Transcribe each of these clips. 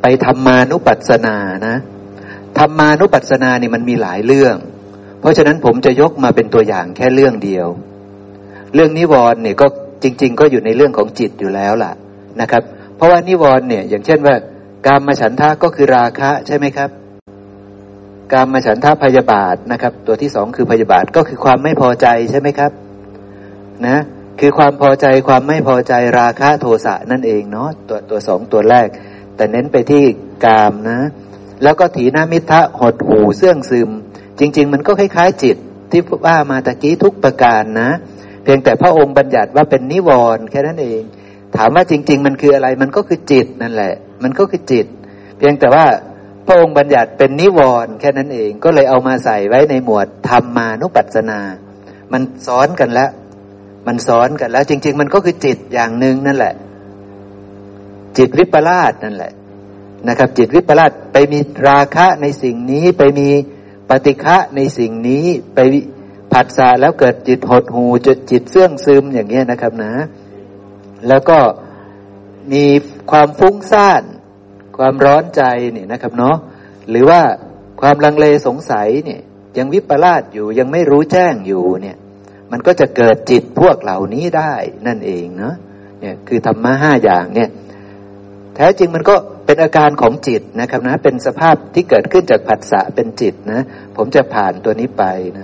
ไปธรรมานุปัสสนานะธรรมานุปัสสนานี่มันมีหลายเรื่องเพราะฉะนั้นผมจะยกมาเป็นตัวอย่างแค่เรื่องเดียวเรื่องนิวรณ์เนี่ยก็จริงๆก็อยู่ในเรื่องของจิตอยู่แล้วล่ะนะครับเพราะว่านิวรณ์เนี่ยอย่างเช่นว่ากามฉันทะก็คือราคะใช่ไหมครับกามฉันทะพยาบาทนะครับตัวที่สองคือพยาบาทก็คือความไม่พอใจใช่ไหมครับนะคือความพอใจความไม่พอใจราคะโทสะนั่นเองเนาะตัวสองตัวแรกแต่เน้นไปที่กามนะแล้วก็ถีนมิทธะหดหู่เสื่องซึมจริงๆมันก็คล้ายๆจิตที่ว่ามาตะกี้ทุกประการนะเพียงแต่พระองค์บัญญัติว่าเป็นนิวรณ์แค่นั้นเองถามว่าจริงๆมันคืออะไรมันก็คือจิตนั่นแหละมันก็คือจิตเพียงแต่ว่าพระองค์บัญญัติเป็นนิวรณ์แค่นั้นเองก็เลยเอามาใส่ไว้ในหมวดธรรมานุปัสสนามันซ้อนกันแล้วมันซ้อนกันแล้วจริงๆมันก็คือจิตอย่างหนึ่งนั่นแหละจิตวิปลาสนั่นแหละนะครับจิตวิปลาสไปมีราคะในสิ่งนี้ไปมีปฏิฆะในสิ่งนี้ไปผัสสะแล้วเกิดจิตหดหู่จิตเสื่องซึมอย่างเงี้ยนะครับนะแล้วก็มีความฟุ้งซ่านความร้อนใจเนี่ยนะครับเนาะหรือว่าความลังเลสงสัยเนี่ยยังวิปลาสอยู่ยังไม่รู้แจ้งอยู่เนี่ยมันก็จะเกิดจิตพวกเหล่านี้ได้นั่นเองเนาะเนี่ยคือธรรมะ5อย่างเนี่ยแท้จริงมันก็เป็นอาการของจิตนะครับนะเป็นสภาพที่เกิดขึ้นจากผัสสะเป็นจิตนะผมจะผ่านตัวนี้ไปนะ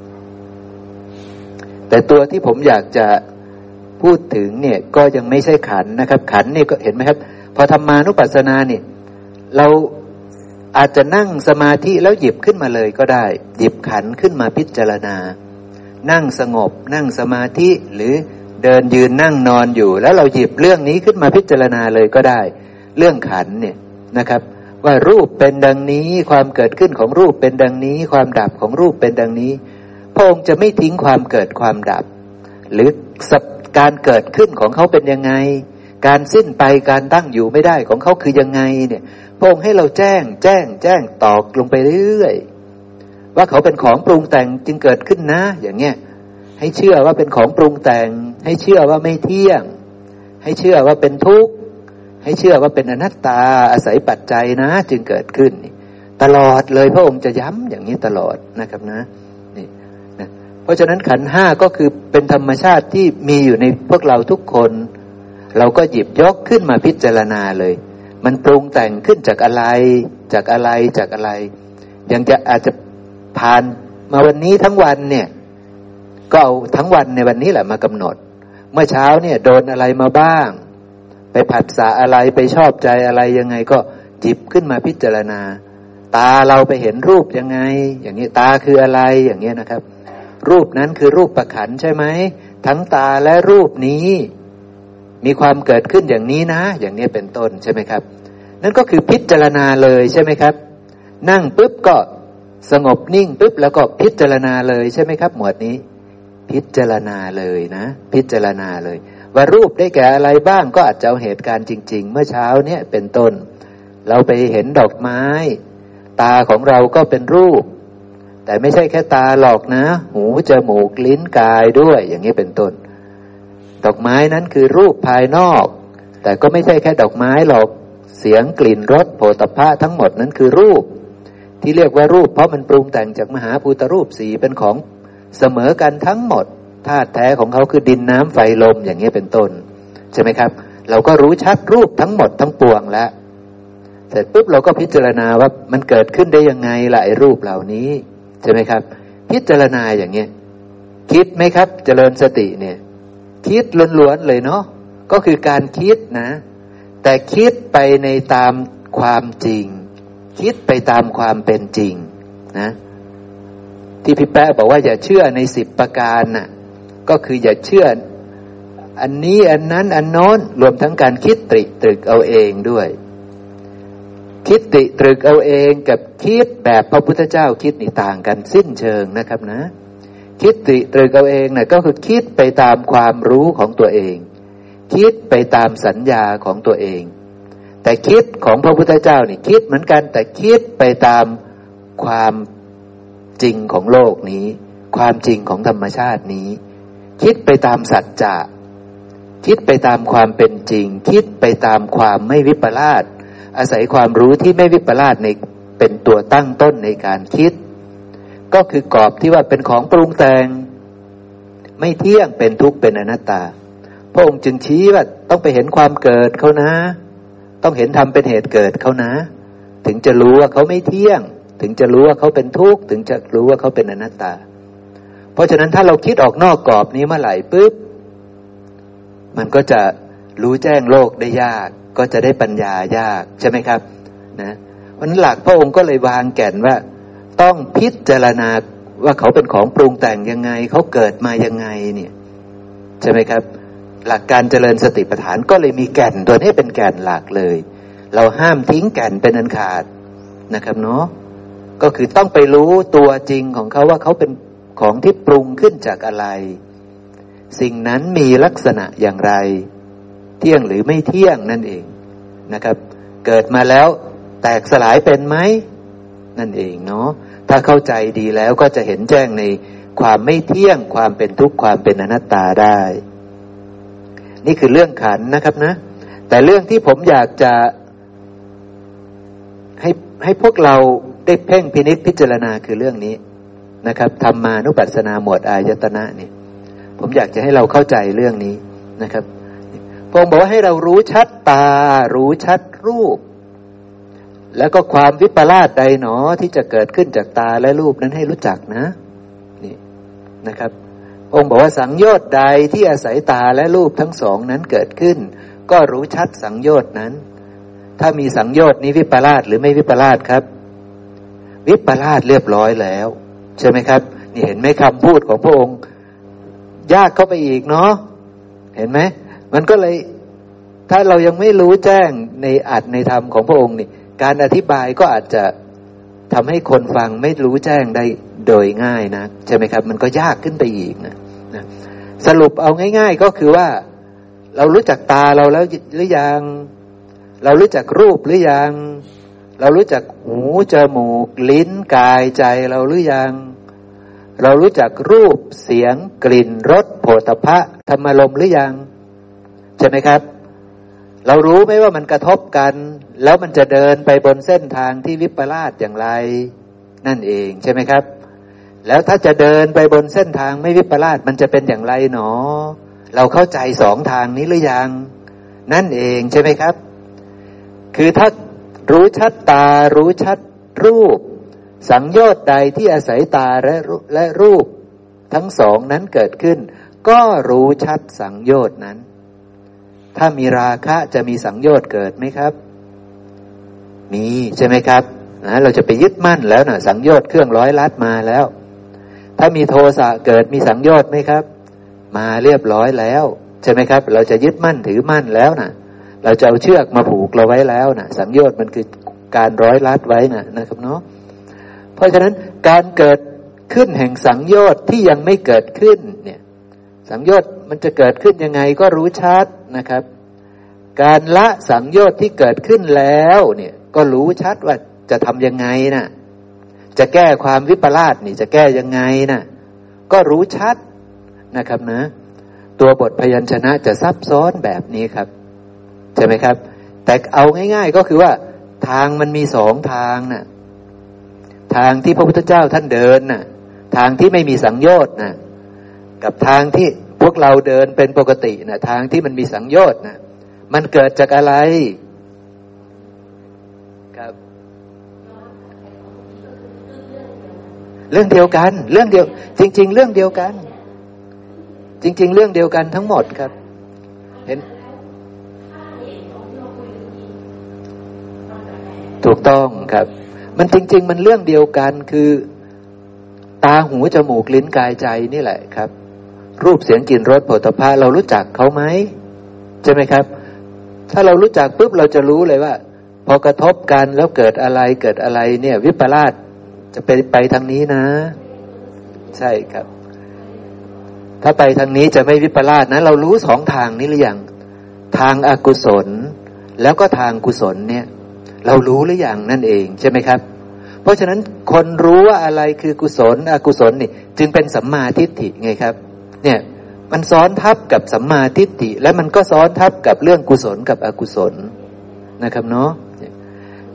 แต่ตัวที่ผมอยากจะพูดถึงเนี่ยก็ยังไม่ใช่ขันธ์นะครับขันธ์นี่ก็เห็นไหมครับพอธรรมานุปัสสนาเนี่ยเราอาจจะนั่งสมาธิแล้วหยิบขึ้นมาเลยก็ได้หยิบขันธ์ขึ้นมาพิจารณานั่งสงบนั่งสมาธิหรือเดินยืนนั่งนอนอยู่แล้วเราหยิบเรื่องนี้ขึ้นมาพิจารณาเลยก็ได้เรื่องขันธ์เนี่ยนะครับว่ารูปเป็นดังนี้ความเกิดขึ้นของรูปเป็นดังนี้ความดับของรูปเป็นดังนี้พระองค์จะไม่ทิ้งความเกิดความดับหรือการเกิดขึ้นของเขาเป็นยังไงการสิ้นไปการตั้งอยู่ไม่ได้ของเขาคือยังไงเนี่ยพระองค์ให้เราแจ้งตอกลงไปเรื่อยๆว่าเขาเป็นของปรุงแต่งจึงเกิดขึ้นนะอย่างเงี้ยให้เชื่อว่าเป็นของปรุงแต่งให้เชื่อว่าไม่เที่ยงให้เชื่อว่าเป็นทุกข์ให้เชื่อว่าเป็นอนัตตาอาศัยปัจจัยนะจึงเกิดขึ้นตลอดเลยพระองค์จะย้ำอย่างนี้ตลอดนะครับนะนี่นะเพราะฉะนั้นขันธ์5ก็คือเป็นธรรมชาติที่มีอยู่ในพวกเราทุกคนเราก็หยิบยกขึ้นมาพิจารณาเลยมันปรุงแต่งขึ้นจากอะไรยังจะอาจจะผ่านมาวันนี้ทั้งวันเนี่ยก็เอาทั้งวันในวันนี้แหละมากำหนดเมื่อเช้าเนี่ยโดนอะไรมาบ้างไปผัสสะอะไรไปชอบใจอะไรยังไงก็หยิบขึ้นมาพิจารณาตาเราไปเห็นรูปยังไงอย่างนี้ตาคืออะไรอย่างเงี้ยนะครับรูปนั้นคือรูปประขันใช่ไหมทั้งตาและรูปนี้มีความเกิดขึ้นอย่างนี้นะอย่างนี้เป็นต้นใช่ไหมครับนั่นก็คือพิจารณาเลยใช่ไหมครับนั่งปุ๊บก็สงบนิ่งปุ๊บแล้วก็พิจารณาเลยใช่ไหมครับหมวดนี้พิจารณาเลยนะพิจารณาเลยว่ารูปได้แก่อะไรบ้างก็อาจจะเอาเหตุการณ์จริงๆเมื่อเช้าเนี่ยเป็นต้นเราไปเห็นดอกไม้ตาของเราก็เป็นรูปแต่ไม่ใช่แค่ตาหรอกนะหูจมูกลิ้นกายด้วยอย่างนี้เป็นต้นดอกไม้นั้นคือรูปภายนอกแต่ก็ไม่ใช่แค่ดอกไม้หรอกเสียงกลิ่นรสโผฏฐัพพะทั้งหมดนั้นคือรูปที่เรียกว่ารูปเพราะมันปรุงแต่งจากมหาภูตรูปสี่เป็นของเสมอกันทั้งหมดธาตุแท้ของเขาคือดินน้ำไฟลมอย่างนี้เป็นต้นใช่ไหมครับเราก็รู้ชัดรูปทั้งหมดทั้งปวงแล้วเสร็จปุ๊บเราก็พิจารณาว่ามันเกิดขึ้นได้ยังไงล่ะไอ้รูปเหล่านี้ใช่ไหมครับพิจารณาอย่างเงี้ยคิดไหมครับเจริญสติเนี่ยคิดล้วนๆเลยเนาะก็คือการคิดนะแต่คิดไปในตามความจริงคิดไปตามความเป็นจริงนะที่พี่แป๊ะบอกว่าอย่าเชื่อใน10ประการน่ะก็คืออย่าเชื่ออันนี้อันนั้นอันโน้นรวมทั้งการคิดตรึกเอาเองด้วยคิดตรึกเอาเองกับคิดแบบพระพุทธเจ้าคิดนี่ต่างกันสิ้นเชิงนะครับนะคิดตรึกเอาเองน่ะก็คือคิดไปตามความรู้ของตัวเองคิดไปตามสัญญาของตัวเองแต่คิดของพระพุทธเจ้านี่คิดเหมือนกันแต่คิดไปตามความจริงของโลกนี้ความจริงของธรรมชาตินี้คิดไปตามสัจจะคิดไปตามความเป็นจริงคิดไปตามความไม่วิปลาสอาศัยความรู้ที่ไม่วิปลาสในเป็นตัวตั้งต้นในการคิดก็คือกรอบที่ว่าเป็นของปรุงแต่งไม่เที่ยงเป็นทุกข์เป็นอนัตตาพระองค์จึงชี้ว่าต้องไปเห็นความเกิดเขานะต้องเห็นธรรมเป็นเหตุเกิดเขานะถึงจะรู้ว่าเขาไม่เที่ยงถึงจะรู้ว่าเขาเป็นทุกข์ถึงจะรู้ว่าเขาเป็นอนัตตาเพราะฉะนั้นถ้าเราคิดออกนอกกรอบนี้เมื่อไหร่ปุ๊บมันก็จะรู้แจ้งโลกได้ยากก็จะได้ปัญญายากใช่ไหมครับนะเพราะนั้นหลักพระองค์ก็เลยวางแก่นว่าต้องพิจารณาว่าเขาเป็นของปรุงแต่งยังไงเขาเกิดมายังไงเนี่ยใช่ไหมครับหลักการเจริญสติปัฏฐานก็เลยมีแก่นตัวนี้เป็นแก่นหลักเลยเราห้ามทิ้งแก่นเป็นอันขาดนะครับเนาะก็คือต้องไปรู้ตัวจริงของเขาว่าเขาเป็นของที่ปรุงขึ้นจากอะไรสิ่งนั้นมีลักษณะอย่างไรเที่ยงหรือไม่เที่ยงนั่นเองนะครับเกิดมาแล้วแตกสลายเป็นไหมนั่นเองเนาะถ้าเข้าใจดีแล้วก็จะเห็นแจ้งในความไม่เที่ยงความเป็นทุกข์ความเป็นอนัตตาได้นี่คือเรื่องขันธ์นะครับนะแต่เรื่องที่ผมอยากจะให้พวกเราได้เพ่งพินิจพิจารณาคือเรื่องนี้นะครับธรรมานุปัสสนาหมวดอายตนะนี่ผมอยากจะให้เราเข้าใจเรื่องนี้นะครับพระองค์บอกว่าให้เรารู้ชัดตารู้ชัดรูปแล้วก็ความวิปลาสใดหนอที่จะเกิดขึ้นจากตาและรูปนั้นให้รู้จักนะนี่นะครับองค์บอกว่าสังโยชน์ใดที่อาศัยตาและรูปทั้งสองนั้นเกิดขึ้นก็รู้ชัดสังโยชน์นั้นถ้ามีสังโยชน์นี้วิปลาสหรือไม่วิปลาสครับวิปลาสเรียบร้อยแล้วใช่ไหมครับนี่เห็นไหมคำพูดของพระองค์ยากเข้าไปอีกเนาะเห็นไหมมันก็เลยถ้าเรายังไม่รู้แจ้งในอัตในธรรมของพระองค์นี่การอธิบายก็อาจจะทำให้คนฟังไม่รู้แจ้งได้โดยง่ายนะใช่ไหมครับมันก็ยากขึ้นไปอีกนะสรุปเอาง่ายๆก็คือว่าเรารู้จักตาเราแล้วหรือยังเรารู้จักรูปหรือยังเรารู้จักหูจมูกลิ้นกายใจเราหรือยังเรารู้จักรูปเสียงกลิ่นรสโผฏฐัพพะธรรมารมณ์หรือยังใช่ไหมครับเรารู้ไหมว่ามันกระทบกันแล้วมันจะเดินไปบนเส้นทางที่วิปลาสอย่างไรนั่นเองใช่ไหมครับแล้วถ้าจะเดินไปบนเส้นทางไม่วิปลาสมันจะเป็นอย่างไรหนอเราเข้าใจสองทางนี้หรือยังนั่นเองใช่ไหมครับคือถ้ารู้ชัดตารู้ชัดรูปสังโยชน์ใดที่อาศัยตาและรูปทั้งสองนั้นเกิดขึ้นก็รู้ชัดสังโยชน์นั้นถ้ามีราคะจะมีสังโยชน์เกิดไหมครับมีใช่ไหมครับเราจะไปยึดมั่นแล้วนะสังโยชน์เครื่องร้อยลัดมาแล้วถ้ามีโทสะเกิดมีสังโยชน์ไหมครับมาเรียบร้อยแล้วใช่ไหมครับเราจะยึดมั่นถือมั่นแล้วนะเราจะเอาเชือกมาผูกเราไว้แล้วนะสังโยชน์มันคือการร้อยลัดไว้นะครับเนาะเพราะฉะนั้นการเกิดขึ้นแห่งสังโยชน์ที่ยังไม่เกิดขึ้นเนี่ยสังโยชน์มันจะเกิดขึ้นยังไงก็รู้ชัดนะครับการละสังโยชน์ที่เกิดขึ้นแล้วเนี่ยก็รู้ชัดว่าจะทำยังไงนะจะแก้ความวิปลาสนี่จะแก้ยังไงนะก็รู้ชัดนะครับนะตัวบทพยัญชนะจะซับซ้อนแบบนี้ครับใช่ไหมครับแต่เอาง่ายๆก็คือว่าทางมันมีสองทางนะทางที่พระพุทธเจ้าท่านเดินนะทางที่ไม่มีสังโยชน์นะกับทางที่พวกเราเดินเป็นปกตินะทางที่มันมีสังโยชน์นะมันเกิดจากอะไรครับเรื่องเดียวกันเรื่องเดียวจริงๆเรื่องเดียวกันจริงๆเรื่องเดียวกันทั้งหมดครับเห็นถูกต้องครับมันจริงๆมันเรื่องเดียวกันคือตาหูจมูกลิ้นกายใจนี่แหละครับรูปเสียงกลิ่นรสโผฏฐัพพะเรารู้จักเขาไหมใช่ไหมครับถ้าเรารู้จักปุ๊บเราจะรู้เลยว่าพอกระทบกันแล้วเกิดอะไรเนี่ยวิปลาสจะไปทางนี้นะใช่ครับถ้าไปทางนี้จะไม่วิปลาสนะเรารู้สองทางนี้หรือยังทางอกุศลแล้วก็ทางกุศลเนี่ยเรารู้หรือยังนั่นเองใช่ไหมครับเพราะฉะนั้นคนรู้ว่าอะไรคือกุศลอกุศลนี่จึงเป็นสัมมาทิฏฐิไงครับเนี่ยมันซ้อนทับกับสัมมาทิฏฐิและมันก็ซ้อนทับกับเรื่องกุศลกับอกุศลนะครับเนาะ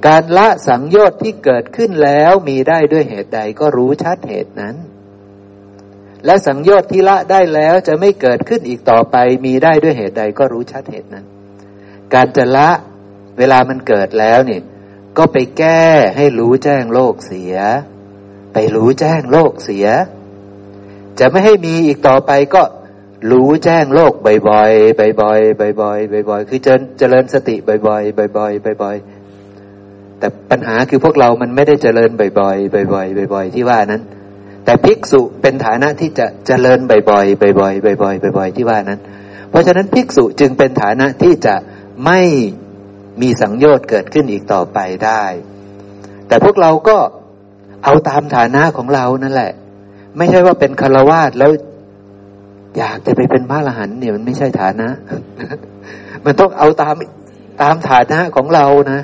การละสังโยชน์ที่เกิดขึ้นแล้วมีได้ด้วยเหตุใดก็รู้ชัดเหตุนั้นและสังโยชน์ที่ละได้แล้วจะไม่เกิดขึ้นอีกต่อไปมีได้ด้วยเหตุใดก็รู้ชัดเหตุนั้นการจะละเวลามันเกิดแล้วเนี่ยก็ไปแก้ให้รู้แจ้งโลกเสียไปรู้แจ้งโลกเสียจะไม่ให้มีอีกต่อไปก็รู้แจ้งโลกบ่อยๆบ่อยๆบ่อยๆบ่อยๆคือเจริญสติบ่อยๆบ่อยๆบ่อยๆแต่ปัญหาคือพวกเรามันไม่ได้เจริญบ่อยๆบ่อยๆบ่อยๆที่ว่านั้นแต่ภิกษุเป็นฐานะที่จะเจริญบ่อยๆบ่อยๆบ่อยๆบ่อยๆที่ว่านั้นเพราะฉะนั้นภิกษุจึงเป็นฐานะที่จะไม่มีสังโยชน์เกิดขึ้นอีกต่อไปได้แต่พวกเราก็เอาตามฐานะของเรานั่นแหละไม่ใช่ว่าเป็นฆราวาสแล้วอยากจะไปเป็นพระอรหันต์เนี่ยมันไม่ใช่ฐานะ มันต้องเอาตามฐานะของเรานะ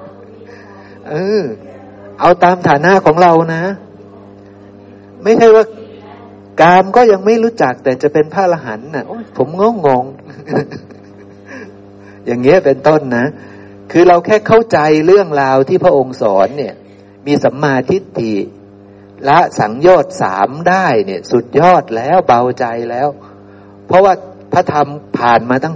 เอาตามฐานะของเรานะไม่ใช่ว่ากามก็ยังไม่รู้จักแต่จะเป็นพระอรหันต์น่ะโอ๊ยผมงง อย่างเงี้ยเป็นต้นนะคือเราแค่เข้าใจเรื่องราวที่พระองค์สอนเนี่ยมีสัมมาทิฏฐิละสังโยชน์3ได้เนี่ยสุดยอดแล้วเบาใจแล้วเพราะว่าพระธรรมผ่านมาตั้ง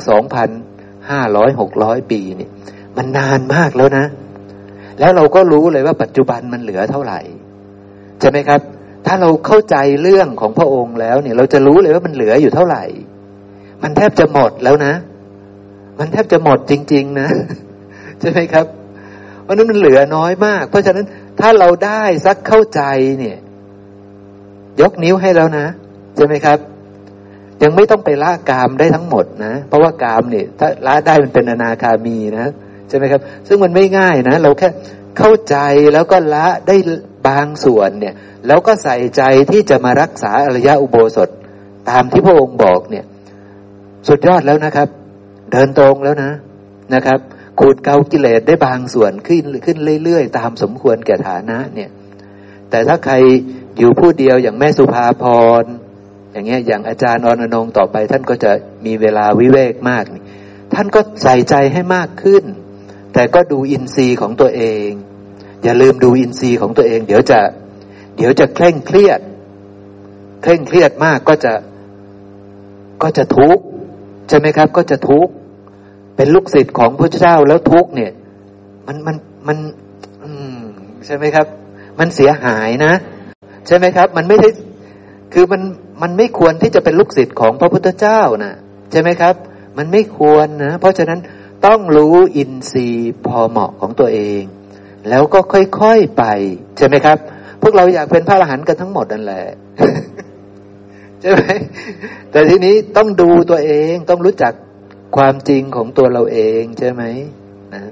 2,500-600 ปีเนี่ยมันนานมากแล้วนะแล้วเราก็รู้เลยว่าปัจจุบันมันเหลือเท่าไหร่ใช่ไหมครับถ้าเราเข้าใจเรื่องของพระองค์แล้วเนี่ยเราจะรู้เลยว่ามันเหลืออยู่เท่าไหร่มันแทบจะหมดแล้วนะมันแทบจะหมดจริงๆนะใช่ไหมครับเพราะนั้นมันเหลือน้อยมากเพราะฉะนั้นถ้าเราได้สักเข้าใจเนี่ยยกนิ้วให้แล้วนะใช่ไหมครับยังไม่ต้องไปละกามได้ทั้งหมดนะเพราะว่ากามเนี่ยถ้าละได้มันเป็นอนาคามีนะใช่ไหมครับซึ่งมันไม่ง่ายนะเราแค่เข้าใจแล้วก็ละได้บางส่วนเนี่ยแล้วก็ใส่ใจที่จะมารักษาอริยอุโบสถตามที่พระองค์บอกเนี่ยสุดยอดแล้วนะครับเดินตรงแล้วนะครับขูดเกากิเลสได้บางส่วนขึ้นเรื่อยๆตามสมควรแก่ฐานะเนี่ยแต่ถ้าใครอยู่ผู้เดียวอย่างแม่สุภาพรอย่างเงี้ยอย่างอาจารย์อรณรงค์ต่อไปท่านก็จะมีเวลาวิเวกมากนี่ท่านก็ใส่ใจให้มากขึ้นแต่ก็ดูอินทรีย์ของตัวเองอย่าลืมดูอินทรีย์ของตัวเองเดี๋ยวจะเคร่งเครียดมากก็จะทุกข์ใช่ไหมครับก็จะทุกข์เป็นลูกศิษย์ของพระเจ้าแล้วทุกข์เนี่ยมันใช่ไหมครับมันเสียหายนะใช่ไหมครับมันไม่ได้คือมันไม่ควรที่จะเป็นลูกศิษย์ของพระพุทธเจ้านะใช่ไหมครับมันไม่ควรนะเพราะฉะนั้นต้องรู้อินทรีย์พอเหมาะของตัวเองแล้วก็ค่อยๆไปใช่ไหมครับพวกเราอยากเป็นพระอรหันต์กันทั้งหมดนั่นแหละ ใช่ไหมแต่ทีนี้ต้องดูตัวเองต้องรู้จักความจริงของตัวเราเองใช่ไหมนะ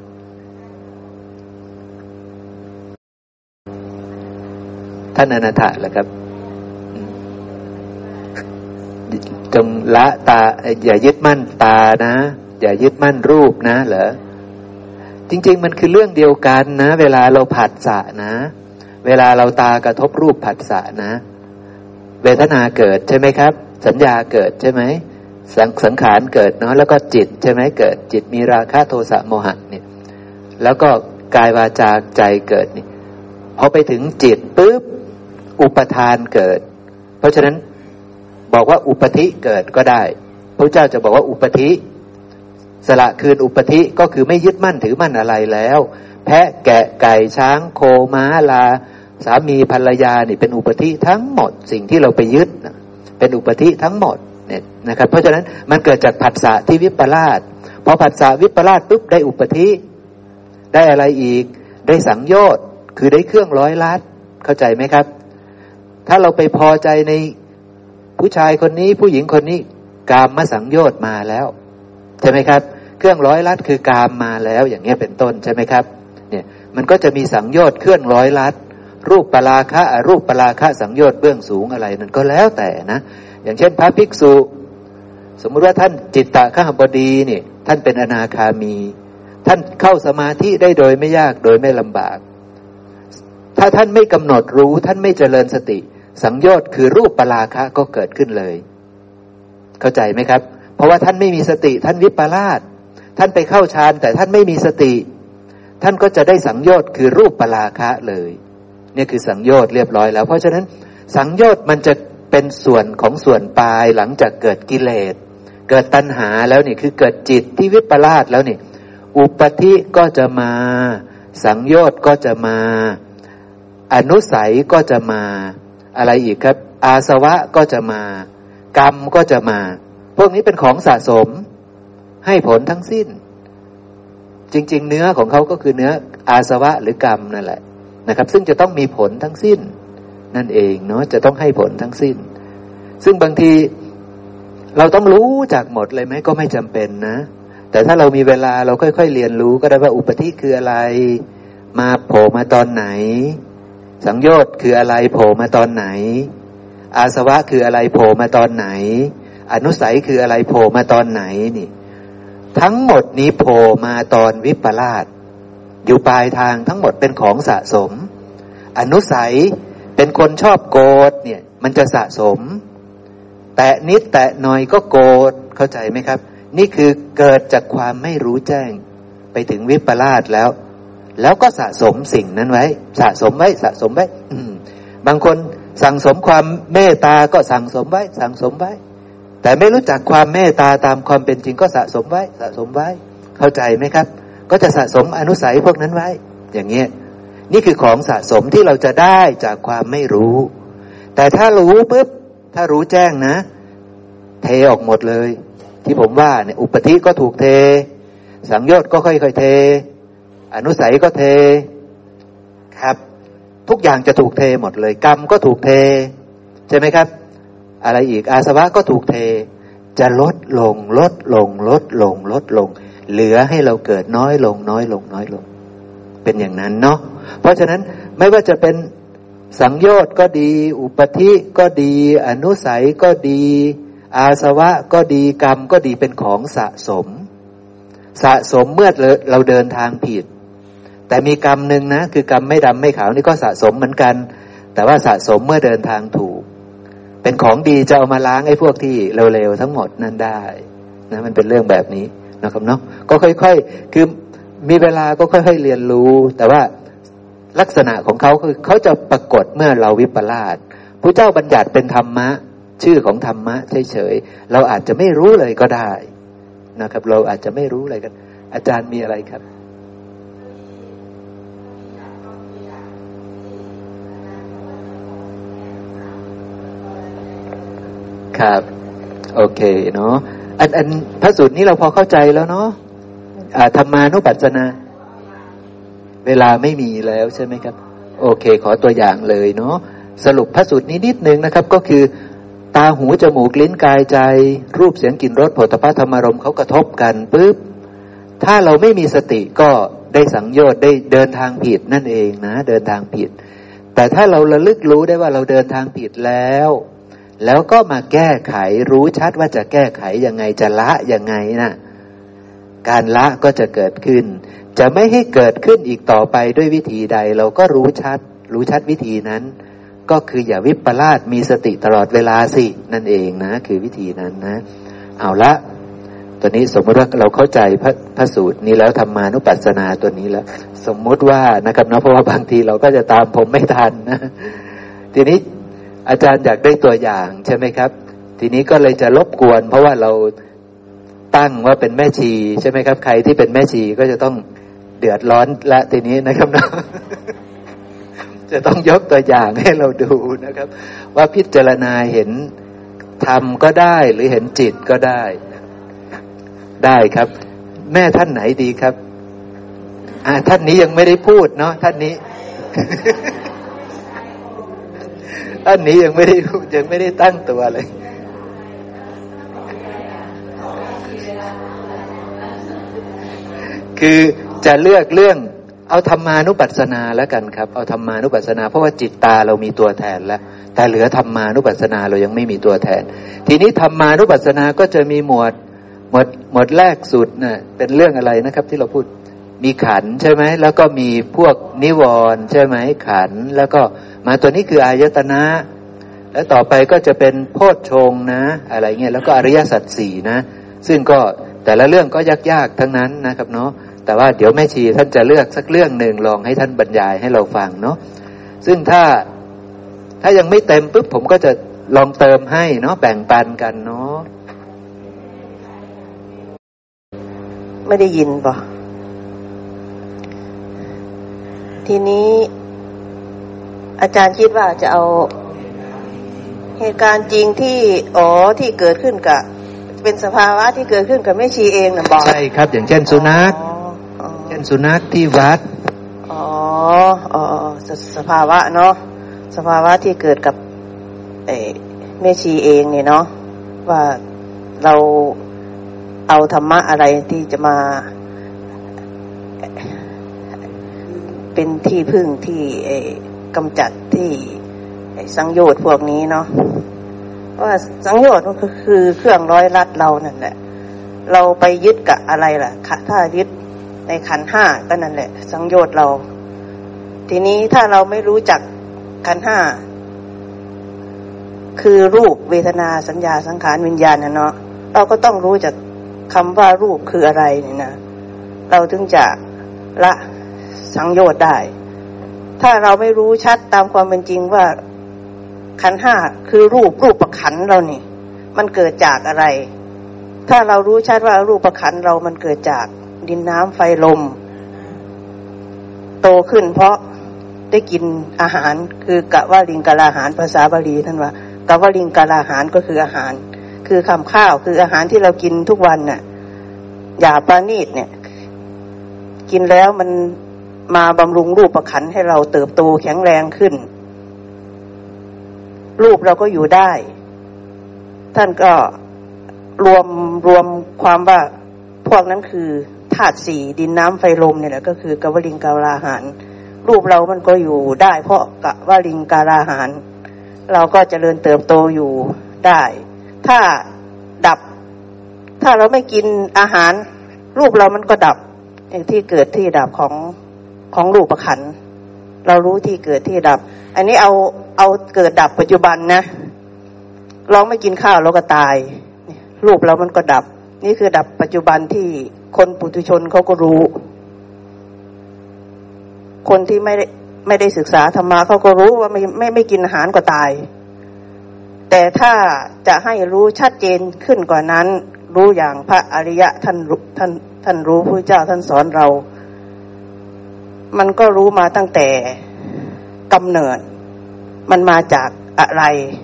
ท่านอนาถะล่ะครับจงละตาอย่ายึดมั่นตานะอย่ายึดมั่นรูปนะเหรอจริงๆมันคือเรื่องเดียวกันนะเวลาเราผัสสะนะเวลาเราตากระทบรูปผัสสะนะเวทนาเกิดใช่ไหมครับสัญญาเกิดใช่ไหมสังขารเกิดเนาะแล้วก็จิตใช่ไหมเกิดจิตมีราคะโทสะโมหะเนี่ยแล้วก็กายวาจาใจเกิดนี่พอไปถึงจิตปุ๊บอุปทานเกิดเพราะฉะนั้นบอกว่าอุปธิเกิดก็ได้พระเจ้าจะบอกว่าอุปธิสละคืนอุปธิก็คือไม่ยึดมั่นถือมั่นอะไรแล้วแพะแกะไก่ช้างโคม้าลาสามีภรรยานี่เป็นอุปธิทั้งหมดสิ่งที่เราไปยึดเป็นอุปธิทั้งหมดเนี่ยนะครับเพราะฉะนั้นมันเกิดจากผัสสะที่วิปลาสพอผัสสะวิปลาสปุ๊บได้อุปธิได้อะไรอีกได้สังโยชน์คือได้เครื่องร้อยลัดเข้าใจไหมครับถ้าเราไปพอใจในผู้ชายคนนี้ผู้หญิงคนนี้กามมาสังโยชน์มาแล้วใช่ไหมครับเครื่องร้อยลัดคือกามมาแล้วอย่างเงี้ยเป็นต้นใช่ไหมครับเนี่ยมันก็จะมีสังโยชน์เครื่องร้อยลัดรูปปราคะอรูปปราคะสังโยชน์เบื้องสูงอะไรนั่นก็แล้วแต่นะอย่างเช่นพระภิกษุสมมุติว่าท่านจิตตคหบดีนี่ท่านเป็นอนาคามีท่านเข้าสมาธิได้โดยไม่ยากโดยไม่ลำบากถ้าท่านไม่กำหนดรู้ท่านไม่เจริญสติสังโยชน์คือรูปปราคะก็เกิดขึ้นเลยเข้าใจไหมครับเพราะว่าท่านไม่มีสติท่านวิปลาสท่านไปเข้าฌานแต่ท่านไม่มีสติท่านก็จะได้สังโยชน์คือรูปปราคะเลยเนี่ยคือสังโยชน์เรียบร้อยแล้วเพราะฉะนั้นสังโยชน์มันจะเป็นส่วนของส่วนปลายหลังจากเกิดกิเลสเกิดตัณหาแล้วนี่คือเกิดจิตที่วิปลาสแล้วนี่อุปธิก็จะมาสังโยชน์ก็จะมาอนุสัยก็จะมาอะไรอีกครับอาสวะก็จะมากรรมก็จะมาพวกนี้เป็นของสะสมให้ผลทั้งสิ้นจริงๆเนื้อของเขาก็คือเนื้ออาสวะหรือกรรมนั่นแหละนะครับซึ่งจะต้องมีผลทั้งสิ้นนั่นเองเนาะจะต้องให้ผลทั้งสิ้นซึ่งบางทีเราต้องรู้จากหมดเลยไหมก็ไม่จำเป็นนะแต่ถ้าเรามีเวลาเราค่อยๆเรียนรู้ก็ได้ว่าอุปธิคืออะไรมาโผล่มาตอนไหนสังโยชน์คืออะไรโผล่มาตอนไหนอาสวะคืออะไรโผล่มาตอนไหนอนุสัยคืออะไรโผล่มาตอนไหนนี่ทั้งหมดนี้โผล่มาตอนวิปลาสอยู่ปลายทางทั้งหมดเป็นของสะสมอนุสัยเป็นคนชอบโกรธเนี่ยมันจะสะสมแตะนิดแตะหน่อยก็โกรธเข้าใจไหมครับนี่คือเกิดจากความไม่รู้แจ้งไปถึงวิปลาสแล้วก็สะสมสิ่งนั้นไว้สะสมไว้สะสมไว้บางคนสั่งสมความเมตตาก็สั่งสมไว้สั่งสมไว้แต่ไม่รู้จักความเมตตาตามความเป็นจริงก็สะสมไว้สะสมไว้เข้าใจไหมครับก็จะสะสมอนุสัยพวกนั้นไว้อย่างเงี้ยนี่คือของสะสมที่เราจะได้จากความไม่รู้แต่ถ้ารู้ปุ๊บถ้ารู้แจ้งนะเทออกหมดเลยที่ผมว่าเนี่ยอุปธิก็ถูกเทสังโยชน์ก็ค่อยๆเทอนุสัยก็เทครับทุกอย่างจะถูกเทหมดเลยกรรมก็ถูกเทใช่ไหมครับอะไรอีกอาสวะก็ถูกเทจะลดลงลดลงลดลงลดลงเหลือให้เราเกิดน้อยลงน้อยลงน้อยลงเป็นอย่างนั้นเนาะเพราะฉะนั้นไม่ว่าจะเป็นสังโยชน์ก็ดีอุปธิก็ดีอนุสัยก็ดีอาสวะก็ดีกรรมก็ดีเป็นของสะสมเมื่อเราเดินทางผิดแต่มีกรรมหนึ่งนะคือกรรมไม่ดำไม่ขาวนี่ก็สะสมเหมือนกันแต่ว่าสะสมเมื่อเดินทางถูกเป็นของดีจะเอามาล้างไอ้พวกที่เร็วๆทั้งหมดนั่นได้นะมันเป็นเรื่องแบบนี้นะครับเนาะก็ค่อยๆคือมีเวลาก็ค่อยๆเรียนรู้แต่ว่าลักษณะของเขาคือเขาจะปรากฏเมื่อเราวิปลาสพระเจ้าบัญญัติเป็นธรรมะชื่อของธรรมะเฉยๆเราอาจจะไม่รู้เลยก็ได้นะครับเราอาจจะไม่รู้เลยกันอาจารย์มีอะไรครับครับโอเคเนาะอันพระสูตรนี้เราพอเข้าใจแล้วเนาะธรรมานุปัสสนาเวลาไม่มีแล้วใช่ไหมครับโอเคขอตัวอย่างเลยเนาะสรุปพระสูตรนี้นิดนึงนะครับก็คือตาหูจมูกลิ้นกายใจรูปเสียงกลิ่นรสโผฏฐัพพะธรรมารมณ์เขากระทบกันปุ๊บถ้าเราไม่มีสติก็ได้สังโยชน์ได้เดินทางผิดนั่นเองนะเดินทางผิดแต่ถ้าเราระลึกรู้ได้ว่าเราเดินทางผิดแล้วก็มาแก้ไขรู้ชัดว่าจะแก้ไขยังไงจะละยังไงนะการละก็จะเกิดขึ้นจะไม่ให้เกิดขึ้นอีกต่อไปด้วยวิธีใดเราก็รู้ชัดวิธีนั้นก็คืออย่าวิปลาสมีสติตลอดเวลาสินั่นเองนะคือวิธีนั้นนะเอาละตอนนี้สมมติว่าเราเข้าใจพระสูตรนี้แล้วธรรมานุปัสสนาตัวนี้แล้วสมมุติว่านะครับนะเพราะว่าบางทีเราก็จะตามผมไม่ทันนะทีนี้อาจารย์อยากได้ตัวอย่างใช่ไหมครับทีนี้ก็เลยจะรบกวนเพราะว่าเราตั้งว่าเป็นแม่ชีใช่ไหมครับใครที่เป็นแม่ชีก็จะต้องเดือดร้อนละทีนี้นะครับนะจะต้องยกตัวอย่างให้เราดูนะครับว่าพิจารณาเห็นธรรมก็ได้หรือเห็นจิตก็ได้ครับแม่ท่านไหนดีครับท่านนี้ยังไม่ได้พูดเนาะท่านนี้ ท่านนี้ยังไม่ได้พูดยังไม่ได้ตั้งตัวเลยคือจะเลือกเรื่องเอาธรรมานุปัสสนาแล้วกันครับเอาธรรมานุปัสสนาเพราะว่าจิตตาเรามีตัวแทนแล้วแต่เหลือธรรมานุปัสสนาเรายังไม่มีตัวแทนทีนี้ธรรมานุปัสสนาก็จะมีหมวดแรกสุดน่ะเป็นเรื่องอะไรนะครับที่เราพูดมีขันธ์ใช่ไหมแล้วก็มีพวกนิวรณ์ใช่ไหมขันธ์แล้วก็มาตัวนี้คืออายตนะแล้วต่อไปก็จะเป็นโพชฌงค์นะอะไรเงี้ยแล้วก็อริยสัจสี่นะซึ่งก็แต่ละเรื่องก็ยากๆทั้งนั้นนะครับเนาะแต่ว่าเดี๋ยวแม่ชีท่านจะเลือกสักเรื่องหนึ่งลองให้ท่านบรรยายให้เราฟังเนาะซึ่งถ้ายังไม่เต็มปุ๊บผมก็จะลองเติมให้เนาะแบ่งปันกันเนาะไม่ได้ยินป่ะทีนี้อาจารย์คิดว่าจะเอาเหตุการณ์จริงที่ที่เกิดขึ้นกับเป็นสภาวะที่เกิดขึ้นกับแม่ชีเองนะบอกใช่ครับอย่างเช่นสุนัขเช่นสุนัขที่วัดสภาวะเนาะสภาวะที่เกิดกับแม่ชีเองเนี่ยเนาะว่าเราเอาธรรมะอะไรที่จะมาเป็นที่พึ่งที่กำจัดที่สังโยชน์พวกนี้เนาะว่าสังโยชน์มันก็คือเครื่องร้อยรัดเรานั่นแหละเราไปยึดกับอะไรล่ะถ้ายึดในขันธ์ห้าก็นั่นแหละสังโยชน์เราทีนี้ถ้าเราไม่รู้จักขันธ์ห้าคือรูปเวทนาสัญญาสังขารวิญญาณนะเนาะเราก็ต้องรู้จักคำว่ารูปคืออะไรเนี่ยนะเราถึงจะละสังโยชน์ได้ถ้าเราไม่รู้ชัดตามความเป็นจริงว่าขันธ์ห้าคือรูปขันธ์เรานี่มันเกิดจากอะไรถ้าเรารู้ชัดว่ารูปขันธ์เรามันเกิดจากดินน้ำไฟลมโตขึ้นเพราะได้กินอาหารคือกะวลิงกาลาหารภาษาบาลีท่านว่ากะวลิงกาลาหารก็คืออาหารคือคำข้าวคืออาหารที่เรากินทุกวันน่ะหยาปราณีตเนี่ยกินแล้วมันมาบำรุงรูปขันธ์ให้เราเติบโตแข็งแรงขึ้นรูปเราก็อยู่ได้ท่านก็รวมความว่าพวกนั้นคือธาตุสี่ดินน้ำไฟลมเนี่ยแหละก็คือกวลิงกาลาหารรูปเรามันก็อยู่ได้เพราะกวลิงกาลาหารเราก็เจริญเติบโตอยู่ได้ถ้าเราไม่กินอาหารรูปเรามันก็ดับอย่างที่เกิดที่ดับของรูปขันธ์เรารู้ที่เกิดที่ดับอันนี้เอาเกิดดับปัจจุบันนะลองไม่กินข้าวเราก็ตายรูปเรามันก็ดับนี่คือดับปัจจุบันที่คนปุถุชนเขาก็รู้คนที่ไม่ได้ศึกษาธรรมะเขาก็รู้ว่าไม่กินอาหารก็ตายแต่ถ้าจะให้รู้ชัดเจนขึ้นกว่านั้นรู้อย่างพระอริยะท่านรู้พระเจ้าท่านสอนเรามันก็รู้มาตั้งแต่กำเนิดมันมาจากอะไร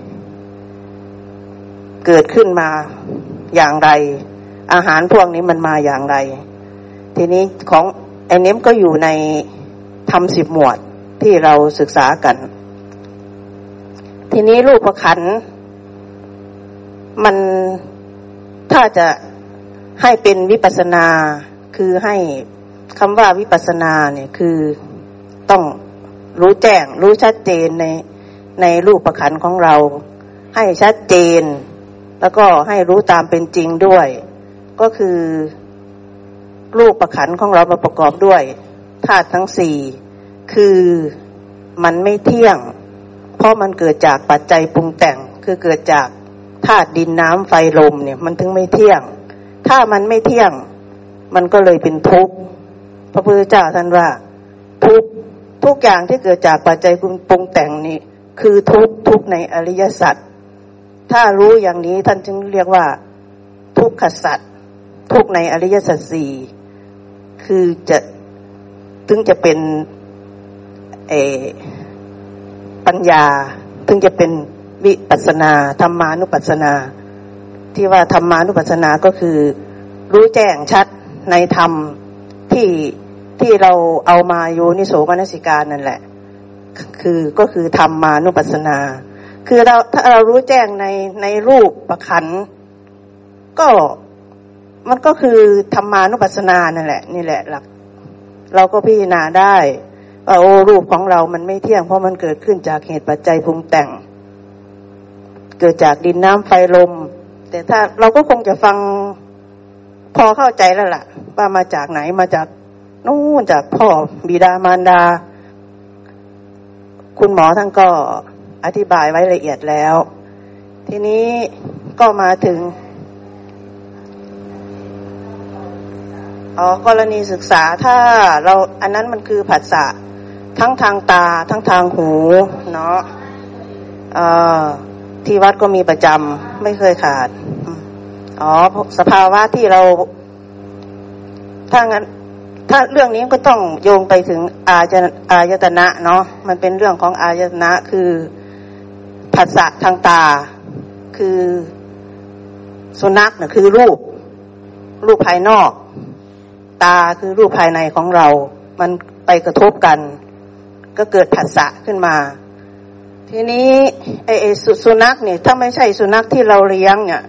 เกิดขึ้นมาอย่างไรอาหารพวกนี้มันมาอย่างไรทีนี้ของไอ้เนี้ยก็อยู่ในธรรม10หมวดที่เราศึกษากันทีนี้รูปขันธ์มันถ้าจะให้เป็นวิปัสสนาคือให้คำว่าวิปัสสนาเนี่ยคือต้องรู้แจ้งรู้ชัดเจนในรูปขันธ์ของเราให้ชัดเจนแล้วก็ให้รู้ตามเป็นจริงด้วยก็คือรูปขันธ์ของเรามาประกอบด้วยธาตุทั้งสี่คือมันไม่เที่ยงเพราะมันเกิดจากปัจจัยปรุงแต่งคือเกิดจากธาตุดินน้ำไฟลมเนี่ยมันถึงไม่เที่ยงถ้ามันไม่เที่ยงมันก็เลยเป็นทุกข์พระพุทธเจ้าท่านว่าทุกอย่างที่เกิดจากปัจจัยปรุงแต่งนี่คือทุกข์ในอริยสัจถ้ารู้อย่างนี้ท่านจึงเรียกว่าทุกขสัจทุกข์ในอริยสัจสี่คือถึงจะเป็นปัญญาถึงจะเป็นวิปัสสนาธรรมานุปัสสนาที่ว่าธรรมานุปัสสนาก็คือรู้แจ้งชัดในธรรมที่เราเอามาโยนิโสมนสิการนั่นแหละก็คือธรรมานุปัสสนาคือถ้าเรารู้แจ้งในรูปขันธ์ก็มันก็คือธรรมานุปัสสนานั่นแหละนี่แหละหลักเราก็พิจารณาได้ว่ารูปของเรามันไม่เที่ยงเพราะมันเกิดขึ้นจากเหตุปัจจัยปรุงแต่งเกิดจากดินน้ำไฟลมแต่ถ้าเราก็คงจะฟังพอเข้าใจแล้วล่ะว่ามาจากไหนมาจากนู่นจากพ่อบิดามารดาคุณหมอท่านก็อธิบายไว้ละเอียดแล้วทีนี้ก็มาถึงกรณีศึกษาถ้าเราอันนั้นมันคือผัสสะทั้งทางตาทั้งทางหูเนาะที่วัดก็มีประจำไม่เคยขาดสภาวะที่เราถ้างั้นถ้าเรื่องนี้ก็ต้องโยงไปถึงอายตนะเนาะมันเป็นเรื่องของอายตนะคือผัสสะทางตาคือสุนัขน่ะคือรูปภายนอกตาคือรูปภายในของเรามันไปกระทบกันก็เกิดผัสสะขึ้นมาทีนี้ไอ้สุนัขเนี่ยถ้าไม่ใช่สุนัขที่เราเลี้ยงเนี่ย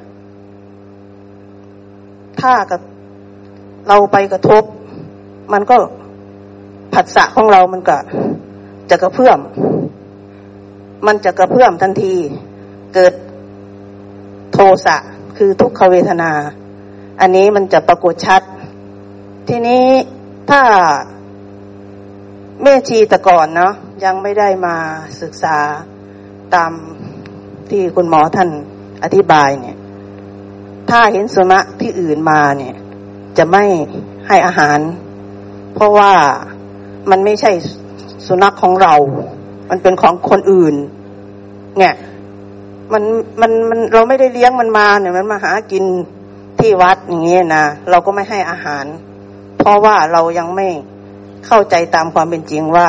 ถ้ากับเราไปกระทบมันก็ผัสสะของเรามันก็จะกระเพื่อมมันจะกระเพื่อมทันทีเกิดโทสะคือทุกขเวทนาอันนี้มันจะปรากฏชัดทีนี้ถ้าแม่ชีแต่ก่อนเนาะยังไม่ได้มาศึกษาตามที่คุณหมอท่านอธิบายเนี่ยถ้าเห็นสุนัขที่อื่นมาเนี่ยจะไม่ให้อาหารเพราะว่ามันไม่ใช่สุนัขของเรามันเป็นของคนอื่นเนี่ยมันเราไม่ได้เลี้ยงมันมาเนี่ยมันมาหากินที่วัดอย่างเงี้ยนะเราก็ไม่ให้อาหารเพราะว่าเรายังไม่เข้าใจตามความเป็นจริงว่า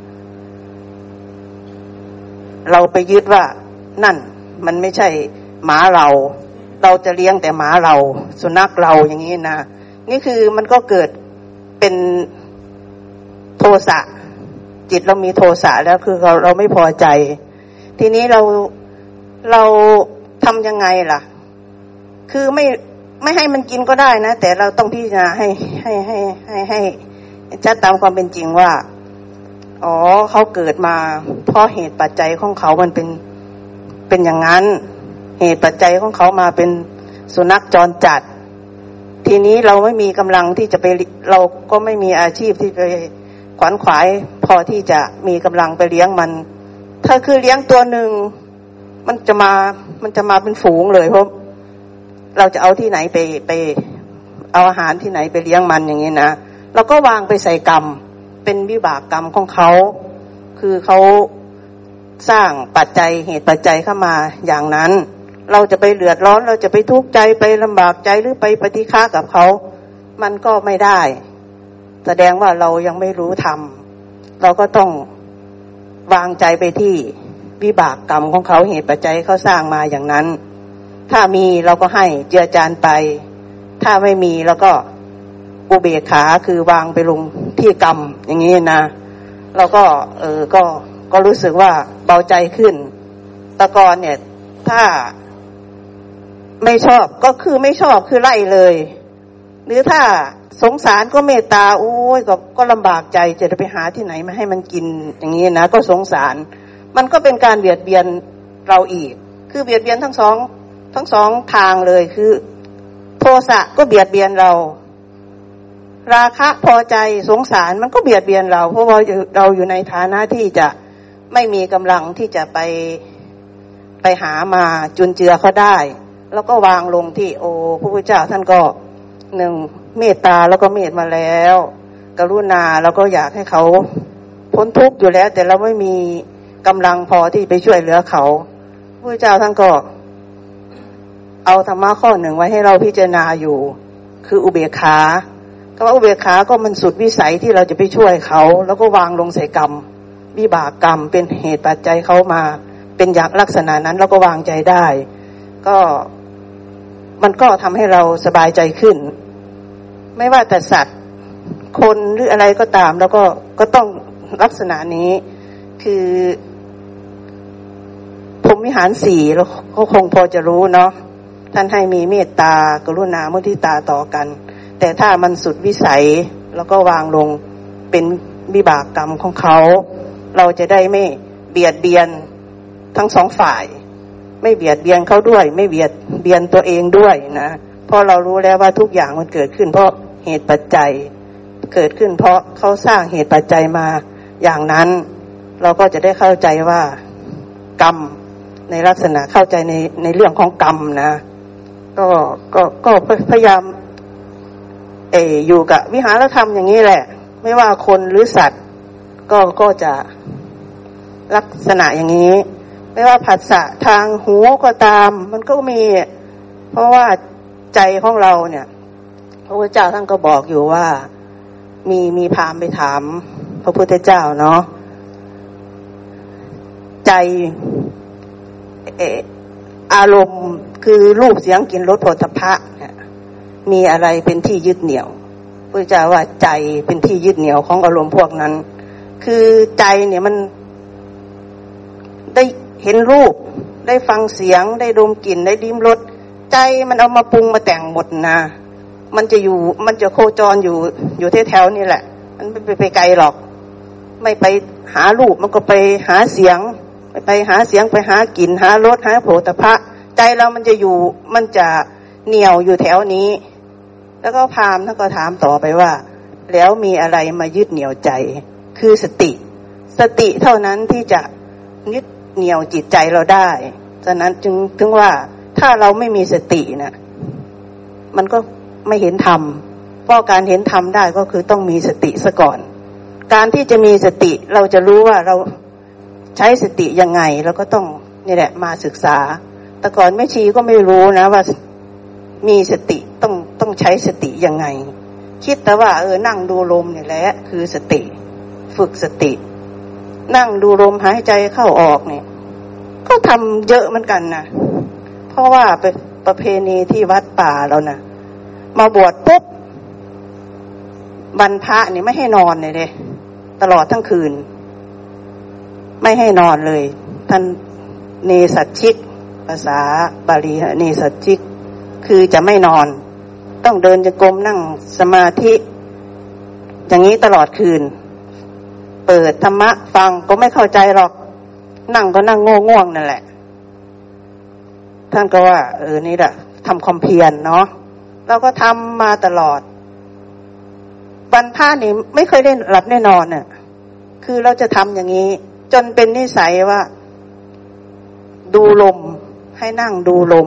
เราไปยึดว่านั่นมันไม่ใช่หมาเราจะเลี้ยงแต่หมาเราสุนัขเราอย่างนี้นะนี่คือมันก็เกิดเป็นโทสะจิตเรามีโทสะแล้วคือเราไม่พอใจทีนี้เราทำยังไงล่ะคือไม่ให้มันกินก็ได้นะแต่เราต้องพิจารณาให้ชัดตามความเป็นจริงว่าเขาเกิดมาเพราะเหตุปัจจัยของเขามันเป็นอย่างนั้นเหตุปัจจัยของเขามาเป็นสุนัขจรจัดทีนี้เราไม่มีกำลังที่จะไปเราก็ไม่มีอาชีพที่ไปขวนขวายพอที่จะมีกำลังไปเลี้ยงมันถ้าคือเลี้ยงตัวหนึ่งมันจะมาเป็นฝูงเลยเพราะเราจะเอาที่ไหนไปเอาอาหารที่ไหนไปเลี้ยงมันอย่างนี้นะเราก็วางไปใส่กรรมเป็นวิบากกรรมของเขาคือเขาสร้างปัจจัยเหตุปัจจัยเข้ามาอย่างนั้นเราจะไปเดือดร้อนเราจะไปทุกข์ใจไปลำบากใจหรือไปปฏิฆากับเขามันก็ไม่ได้แสดงว่าเรายังไม่รู้ธรรมเราก็ต้องวางใจไปที่วิบากกรรมของเขาเหตุปัจจัยเขาสร้างมาอย่างนั้นถ้ามีเราก็ให้เจือจานไปถ้าไม่มีเราก็อุเบกขาคือวางไปลงที่กรรมอย่างนี้นะเราก็ก็รู้สึกว่าเบาใจขึ้นแต่ก่อนเนี่ยถ้าไม่ชอบก็คือไม่ชอบคือไล่เลยหรือถ้าสงสารก็เมตตาโอ้ยก็ลำบากใจจะไปหาที่ไหนมาให้มันกินอย่างนี้นะก็สงสารมันก็เป็นการเบียดเบียนเราอีกคือเบียดเบียนทั้งสองทางเลยคือโทสะก็เบียดเบียนเราราคะพอใจสงสารมันก็เบียดเบียนเราเพราะว่าเราอยู่ในฐานะที่จะไม่มีกำลังที่จะไปหามาจุนเจือเขาได้แล้วก็วางลงที่พระพุทธเจ้าท่านก็หนึ่งเมตตาแล้วก็เมตมาแล้วกรุณาแล้วก็อยากให้เขาพ้นทุกข์อยู่แล้วแต่เราไม่มีกำลังพอที่ไปช่วยเหลือเขาพระพุทธเจ้าท่านก็เอาธรรมะข้อหนึ่งไว้ให้เราพิจารณาอยู่คืออุเบกขาคำว่าอุเบกขาก็มันสุดวิสัยที่เราจะไปช่วยเขาแล้วก็วางลงใส่กรรมวิบากกรรมเป็นเหตุปัจจัยเขามาเป็นอย่างลักษณะนั้นแล้วก็วางใจได้ก็มันก็ทำให้เราสบายใจขึ้นไม่ว่าแต่สัตว์คนหรืออะไรก็ตามแล้วก็ต้องลักษณะนี้คือพรหมวิหาร4เราก็คงพอจะรู้เนาะท่านให้มีเมตตากรุณามุทิตาต่อกันแต่ถ้ามันสุดวิสัยแล้วก็วางลงเป็นวิบากกรรมของเขาเราจะได้ไม่เบียดเบียนทั้งสองฝ่ายไม่เบียดเบียนเขาด้วยไม่เบียดเบียนตัวเองด้วยนะเพราะเรารู้แล้วว่าทุกอย่างมันเกิดขึ้นเพราะเหตุปัจจัยเกิดขึ้นเพราะเขาสร้างเหตุปัจจัยมาอย่างนั้นเราก็จะได้เข้าใจว่ากรรมในลักษณะเข้าใจในเรื่องของกรรมนะก็พยายามอยู่กับวิหารธรรมอย่างนี้แหละไม่ว่าคนหรือสัตว์ก็จะลักษณะอย่างนี้ไม่ว่าผัสสะทางหูก็ตามมันก็มีเพราะว่าใจของเราเนี่ยพระพุทธเจ้าท่านก็บอกอยู่ว่ามีพราหมณ์ไปถามพระพุทธเจ้าเนาะใจอารมณ์คือรูปเสียงกลิ่นรสโผฏฐัพพะมีอะไรเป็นที่ยึดเหนี่ยวพระเจ้าว่าใจเป็นที่ยึดเหนี่ยวของอารมณ์พวกนั้นคือใจเนี่ยมันได้เห็นรูปได้ฟังเสียงได้ดมกลิ่นได้ลิ้มรสใจมันเอามาปรุงมาแต่งหมดนะมันจะโคจรอยู่แถวๆนี่แหละมันไม่ไปไกลหรอกไม่ไปหารูปมันก็ไปหาเสียงไปหาเสียงไปหากลิ่นหารสหาโผฏฐัพพะใจเรามันจะเหนี่ยวอยู่แถวนี้แล้วก็พราหมณ์ท่านก็ถามต่อไปว่าแล้วมีอะไรมายึดเหนี่ยวใจคือสติเท่านั้นที่จะยึดเหนี่ยวจิตใจเราได้ฉะนั้นจึงถึงว่าถ้าเราไม่มีสตินะมันก็ไม่เห็นธรรมเพราะการเห็นธรรมได้ก็คือต้องมีสติซะก่อนการที่จะมีสติเราจะรู้ว่าเราใช้สติยังไงเราก็ต้องนี่แหละมาศึกษาแต่ก่อนแม่ชีก็ไม่รู้นะว่ามีสติต้องใช้สติยังไงคิดแต่ว่านั่งดูลมนี่แหละคือสติฝึกสตินั่งดูลมหายใจเข้าออกเนี่ยก็ทำเยอะเหมือนกันนะเพราะว่าเป็นประเพณีที่วัดป่าเรานะมาบวชปุ๊บวันพระนี่ไม่ให้นอนเลยตลอดทั้งคืนไม่ให้นอนเลยท่านเนสัชชิกภาษาบาลีเนสัชชิกคือจะไม่นอนต้องเดินจงกรมนั่งสมาธิอย่างนี้ตลอดคืนเปิดธรรมะฟังก็ไม่เข้าใจหรอกนั่งก็นั่งง่วงนั่นแหละท่านก็ว่านี่แหละทำความเพียรเนาะเราก็ทำมาตลอดวันพระนี่ไม่เคยได้หลับได้นอนน่ะคือเราจะทำอย่างนี้จนเป็นนิสัยว่าดูลมให้นั่งดูลม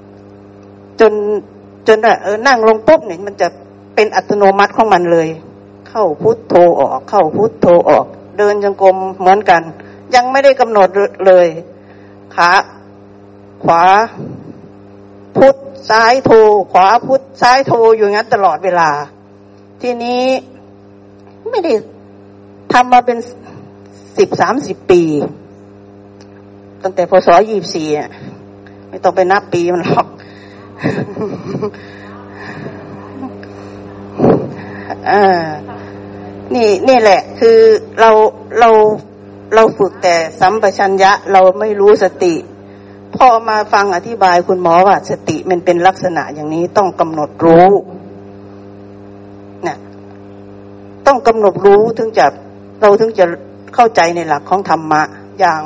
จนนั่งลงปุ๊บเนี่ยมันจะเป็นอัตโนมัติของมันเลยเข้าพุทโธออกเข้าพุทโธออกเดินจงกรมเหมือนกันยังไม่ได้กำหนดเลยขาขวาพุทซ้ายโธขวาพุทซ้ายโธอยู่งั้นตลอดเวลาทีนี้ไม่ได้ทำมาเป็น30 ปีตั้งแต่พศ24ไม่ต้องไปนับปีมันหรอกนี่แหละคือเราฝึกแต่สัมปชัญญะเราไม่รู้สติพอมาฟังอธิบายคุณหมอว่าสติมันเป็นลักษณะอย่างนี้ต้องกำหนดรู้เนี่ยต้องกำหนดรู้เราถึงจะเข้าใจในหลักของธรรมะอย่าง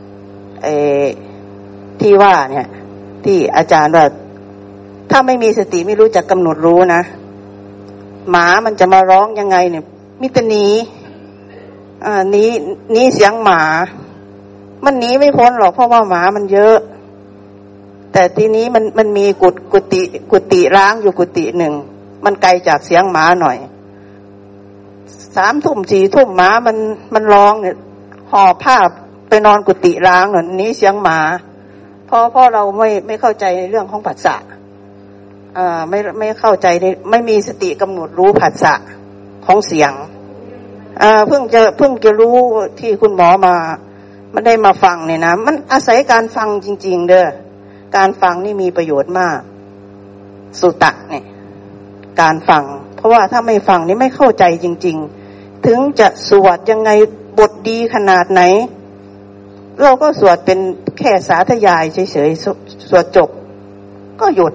ที่ว่าเนี่ยที่อาจารย์ว่าถ้าไม่มีสติไม่รู้จักกำหนดรู้นะหมามันจะมาร้องยังไงเนี่ยมิตรหนีเสียงหมามันหนีไม่พ้นหรอกเพราะว่าหมามันเยอะแต่ทีนี้มันมีกุฏิร้างอยู่กุฏิหนึ่งมันไกลจากเสียงหมาหน่อย3 ทุ่ม 4 ทุ่มหมามันร้องเนี่ยห่อผ้าไปนอนกุฏิร้างเนี่ยนี้เสียงหมาเพราะเราไม่เข้าใจในเรื่องของผัสสะไม่เข้าใจไม่มีสติกำหนดรู้ผัสสะของเสียงเพิ่งจะรู้ที่คุณหมอมันได้มาฟังเนี่ยนะมันอาศัยการฟังจริงๆเด้อการฟังนี่มีประโยชน์มากสุตะเนี่ยการฟังเพราะว่าถ้าไม่ฟังนี่ไม่เข้าใจจริงๆถึงจะสวดยังไงบทดีขนาดไหนเราก็สวดเป็นแค่สาธยายเฉยๆสวดจบก็หยุด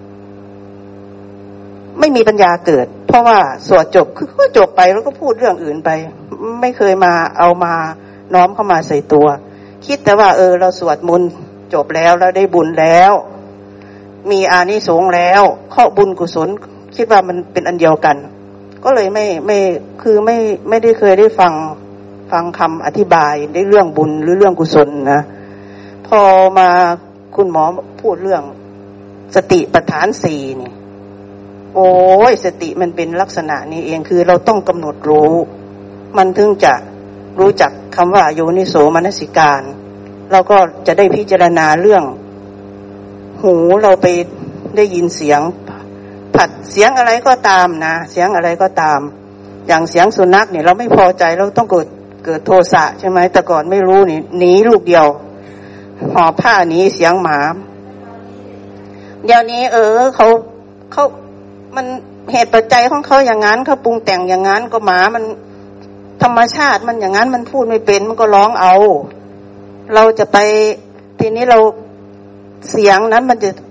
ไม่มีปัญญาเกิดเพราะว่าสวดจบคือก็จบไปแล้วก็พูดเรื่องอื่นไปไม่เคยมาเอามาน้อมเข้ามาใส่ตัวคิดแต่ว่าเราสวดมนต์จบแล้วได้บุญแล้วมีอานิสงส์แล้วข้อบุญกุศลคิดว่ามันเป็นอันเดียวกันก็เลยไม่ได้เคยได้ฟังคำอธิบายในเรื่องบุญหรือเรื่องกุศลนะพอมาคุณหมอพูดเรื่องสติปัฏฐาน4นี่โอ้ยสติมันเป็นลักษณะนี้เองคือเราต้องกำหนดรู้มันถึงจะรู้จักคำว่าโยนิโสมนสิการเราก็จะได้พิจารณาเรื่องหูเราไปได้ยินเสียงผัดเสียงอะไรก็ตามนะเสียงอะไรก็ตามอย่างเสียงสุนัขเนี่ยเราไม่พอใจเราต้องเกิดโทสะใช่ไหมแต่ก่อนไม่รู้นี่หนีลูกเดียวห่อผ้าหนีเสียงหมาเดี๋ยวนี้เขามันเหตุปัจจัยของเขาอย่างนั้นเขาปรุงแต่งอย่างนั้นก็หมามันธรรมชาติมันอย่างนั้นมันพูดไม่เป็นมันก็ร้องเอาเราจะไปทีนี้เราเสียงนั้น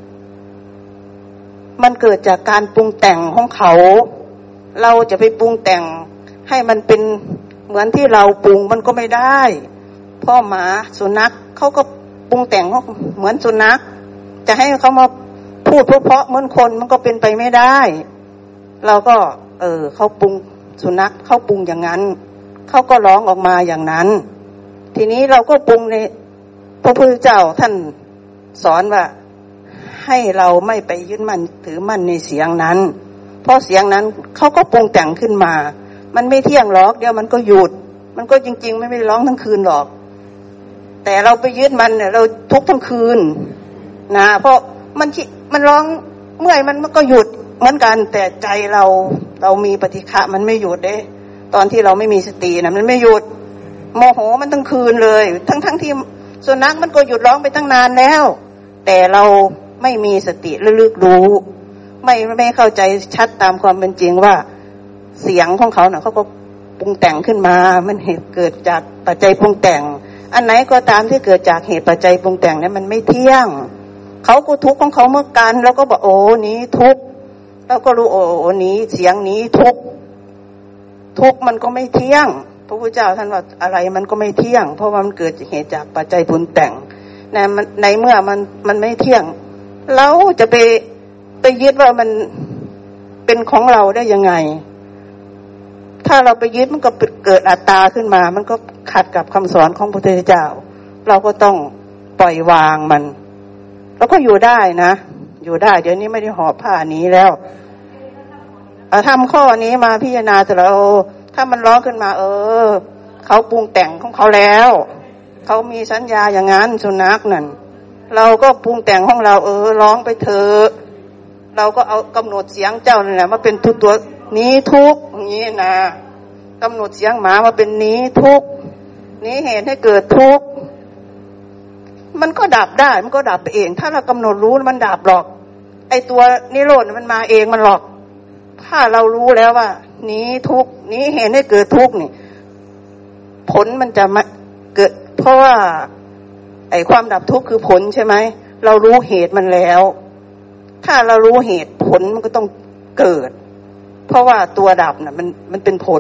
มันเกิดจากการปรุงแต่งของเขาเราจะไปปรุงแต่งให้มันเป็นเหมือนที่เราปรุงมันก็ไม่ได้พ่อหมาสุนัขเขาก็ปรุงแต่งเขาเหมือนสุนัขจะให้เขามาพูดเพราะๆเหมือนคนมันก็เป็นไปไม่ได้เราก็เขาปรุงสุนัขเขาปรุงอย่างนั้นเขาก็ร้องออกมาอย่างนั้นทีนี้เราก็ปรุงในพระพุทธเจ้าท่านสอนว่าให้เราไม่ไปยึดมั่นถือมั่นในเสียงนั้นเพราะเสียงนั้นเขาก็ปรุงแต่งขึ้นมามันไม่เที่ยงหรอกเดี๋ยวมันก็หยุดมันก็จริงๆไม่ได้ร้องทั้งคืนหรอกแต่เราไปยึดมันเนี่ยเราทุกทั้งคืนนะเพราะมันร้องเมื่อยมันก็หยุดเหมือนกันแต่ใจเรามีปฏิฆะมันไม่หยุดเด้ตอนที่เราไม่มีสตินะมันไม่หยุดโมโหมันทั้งคืนเลยทั้งที่สุนัขมันก็หยุดร้องไปตั้งนานแล้วแต่เราไม่มีสติระลึกรู้ไม่เข้าใจชัดตามความเป็นจริงว่าเสียงของเขาเนี่ยเขาก็ปรุงแต่งขึ้นมามันเหตุเกิดจากปัจจัยปรุงแต่งอันไหนก็ตามที่เกิดจากเหตุปัจจัยปรุงแต่งเนี่ยมันไม่เที่ยงเขาก็ทุกข์ของเขาเมื่อกันแล้วก็บอกโอ้นี้ทุกข์แล้วก็รู้โอ้นี้เสียงนี้ทุกข์มันก็ไม่เที่ยงพระพุทธเจ้าท่านว่าอะไรมันก็ไม่เที่ยงเพราะว่ามันเกิดเหตุจากปัจจัยปรุงแต่งในเมื่อมันไม่เที่ยงเราจะไปยึดว่ามันเป็นของเราได้ยังไงถ้าเราไปยึดมันก็เกิดอัตตาขึ้นมามันก็ขัดกับคำสอนของพระพุทธเจ้าเราก็ต้องปล่อยวางมันแล้วก็อยู่ได้นะอยู่ได้เดี๋ยวนี้ไม่ได้ห่อผ้านี้แล้วทำข้อนี้มาพิจารณาแต่เราถ้ามันร้องขึ้นมาเขาปรุงแต่งของเขาแล้วเขามีสัญญาอย่างนั้นสุนัขนั่นเราก็ปรุงแต่งของเราร้องไปเถอะเราก็เอากำหนดเสียงเจ้านี่แหละมาเป็นตัวนี้ทุกอย่างนี้นะกำหนดเสียงหมามาเป็นนี้ทุกนี้เหตุให้เกิดทุกมันก็ดับได้มันก็ดับไปเองถ้าเรากำหนดรู้มันดับหรอกไอตัวนิโรธมันมาเองมันหรอกถ้าเรารู้แล้วว่านี้ทุกนี้เหตุให้เกิดทุกนี่ผลมันจะมาเกิดเพราะว่าไอความดับทุกข์คือผลใช่ไหมเรารู้เหตุมันแล้วถ้าเรารู้เหตุผลมันก็ต้องเกิดเพราะว่าตัวดับน่ะมันเป็นผล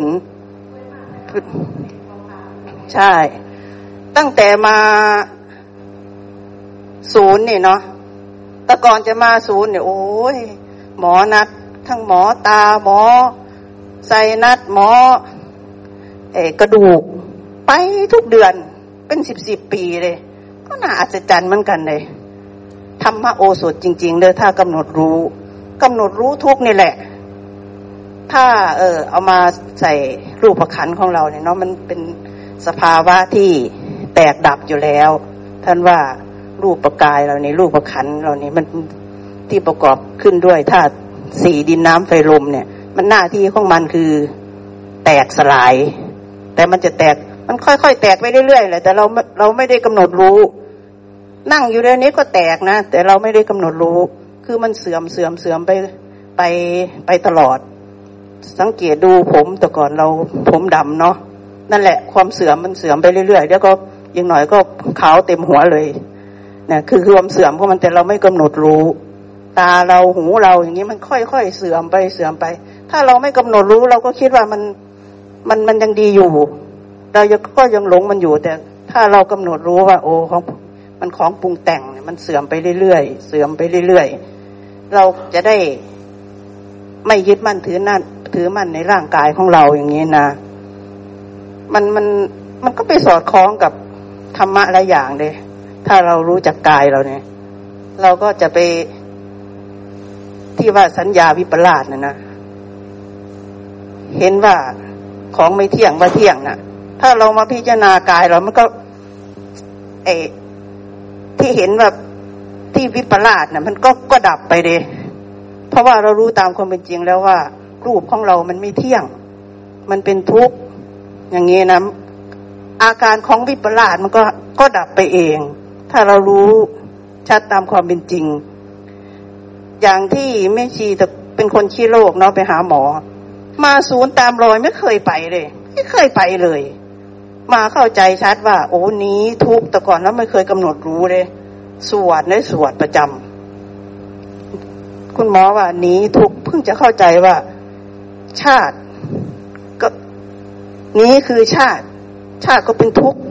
ใช่ตั้งแต่มาศูนย์นี่เนาะแต่ก่อนจะมาศูนย์เนี่ยโอ้ยหมอนัดทั้งหมอตาหมอไซนัสหมอกระดูกไปทุกเดือนเป็น10 ปีเลยก็น่าอัศจรรย์เหมือนกันเลยธรรมโอสถจริงๆเลยถ้ากำหนดรู้ทุกนี่แหละถ้าเอามาใส่รูปขันธ์ของเราเนี่ยเนาะมันเป็นสภาวะที่แตกดับอยู่แล้วท่านว่ารูปกายเราในรูปขันธ์เรานี่มันที่ประกอบขึ้นด้วยธาตุ4ดินน้ำไฟลมเนี่ยมันหน้าที่ของมันคือแตกสลายแต่มันจะแตกมันค่อยๆแตกไปเรื่อยๆแหละแต่เราไม่ได้กำหนดรู้นั่งอยู่เดี๋ยวนี้ก็แตกนะแต่เราไม่ได้กำหนดรู้คือมันเสื่อมไปตลอดสังเกตดูผมแต่ก่อนเราผมดำเนาะนั่นแหละความเสื่อมมันเสื่อมไปเรื่อยๆแล้วก็อีกหน่อยก็ขาวเต็มหัวเลยนะคือความเสื่อมของมันแต่เราไม่กำหนดรู้ตาเราหูเราอย่างนี้มันค่อยๆเสื่อมไปถ้าเราไม่กำหนดรู้เราก็คิดว่ามันยังดีอยู่เราก็ยังหลงมันอยู่แต่ถ้าเรากำหนดรู้ว่าโอ้ของปรุงแต่งมันเสื่อมไปเรื่อยๆเราจะได้ไม่ยึดมั่นถือมั่นในร่างกายของเราอย่างนี้นะมันก็ไปสอดคล้องกับธรรมะหลายอย่างเลย ถ้าเรารู้จักกายเราเนี่ยเราก็จะไปที่ว่าสัญญาวิปลาสนะเห็นว่าของไม่เที่ยงว่าเที่ยงนะถ้าเรามาพิจารณากายเรามันก็ที่เห็นว่าที่วิปลาสนะมันก็ดับไปเลยเพราะว่าเรารู้ตามความเป็นจริงแล้วว่ารูปของเรามันไม่เที่ยงมันเป็นทุกข์อย่างนี้นะอาการของวิปลาสมันก็ดับไปเองถ้าเรารู้ชัดตามความเป็นจริงอย่างที่แม่ชีแต่เป็นคนขี้โรคเนาะไปหาหมอมาศูนย์ตามรอยไม่เคยไปเลยไม่เคยไปเลยมาเข้าใจชัดว่าโอ้นี้ทุกข์แต่ก่อนแล้วไม่เคยกำหนดรู้เลยสวดประจำคุณหมอว่านี้ทุกข์เพิ่งจะเข้าใจว่าชาติก็นี้คือชาติก็เป็นทุกข์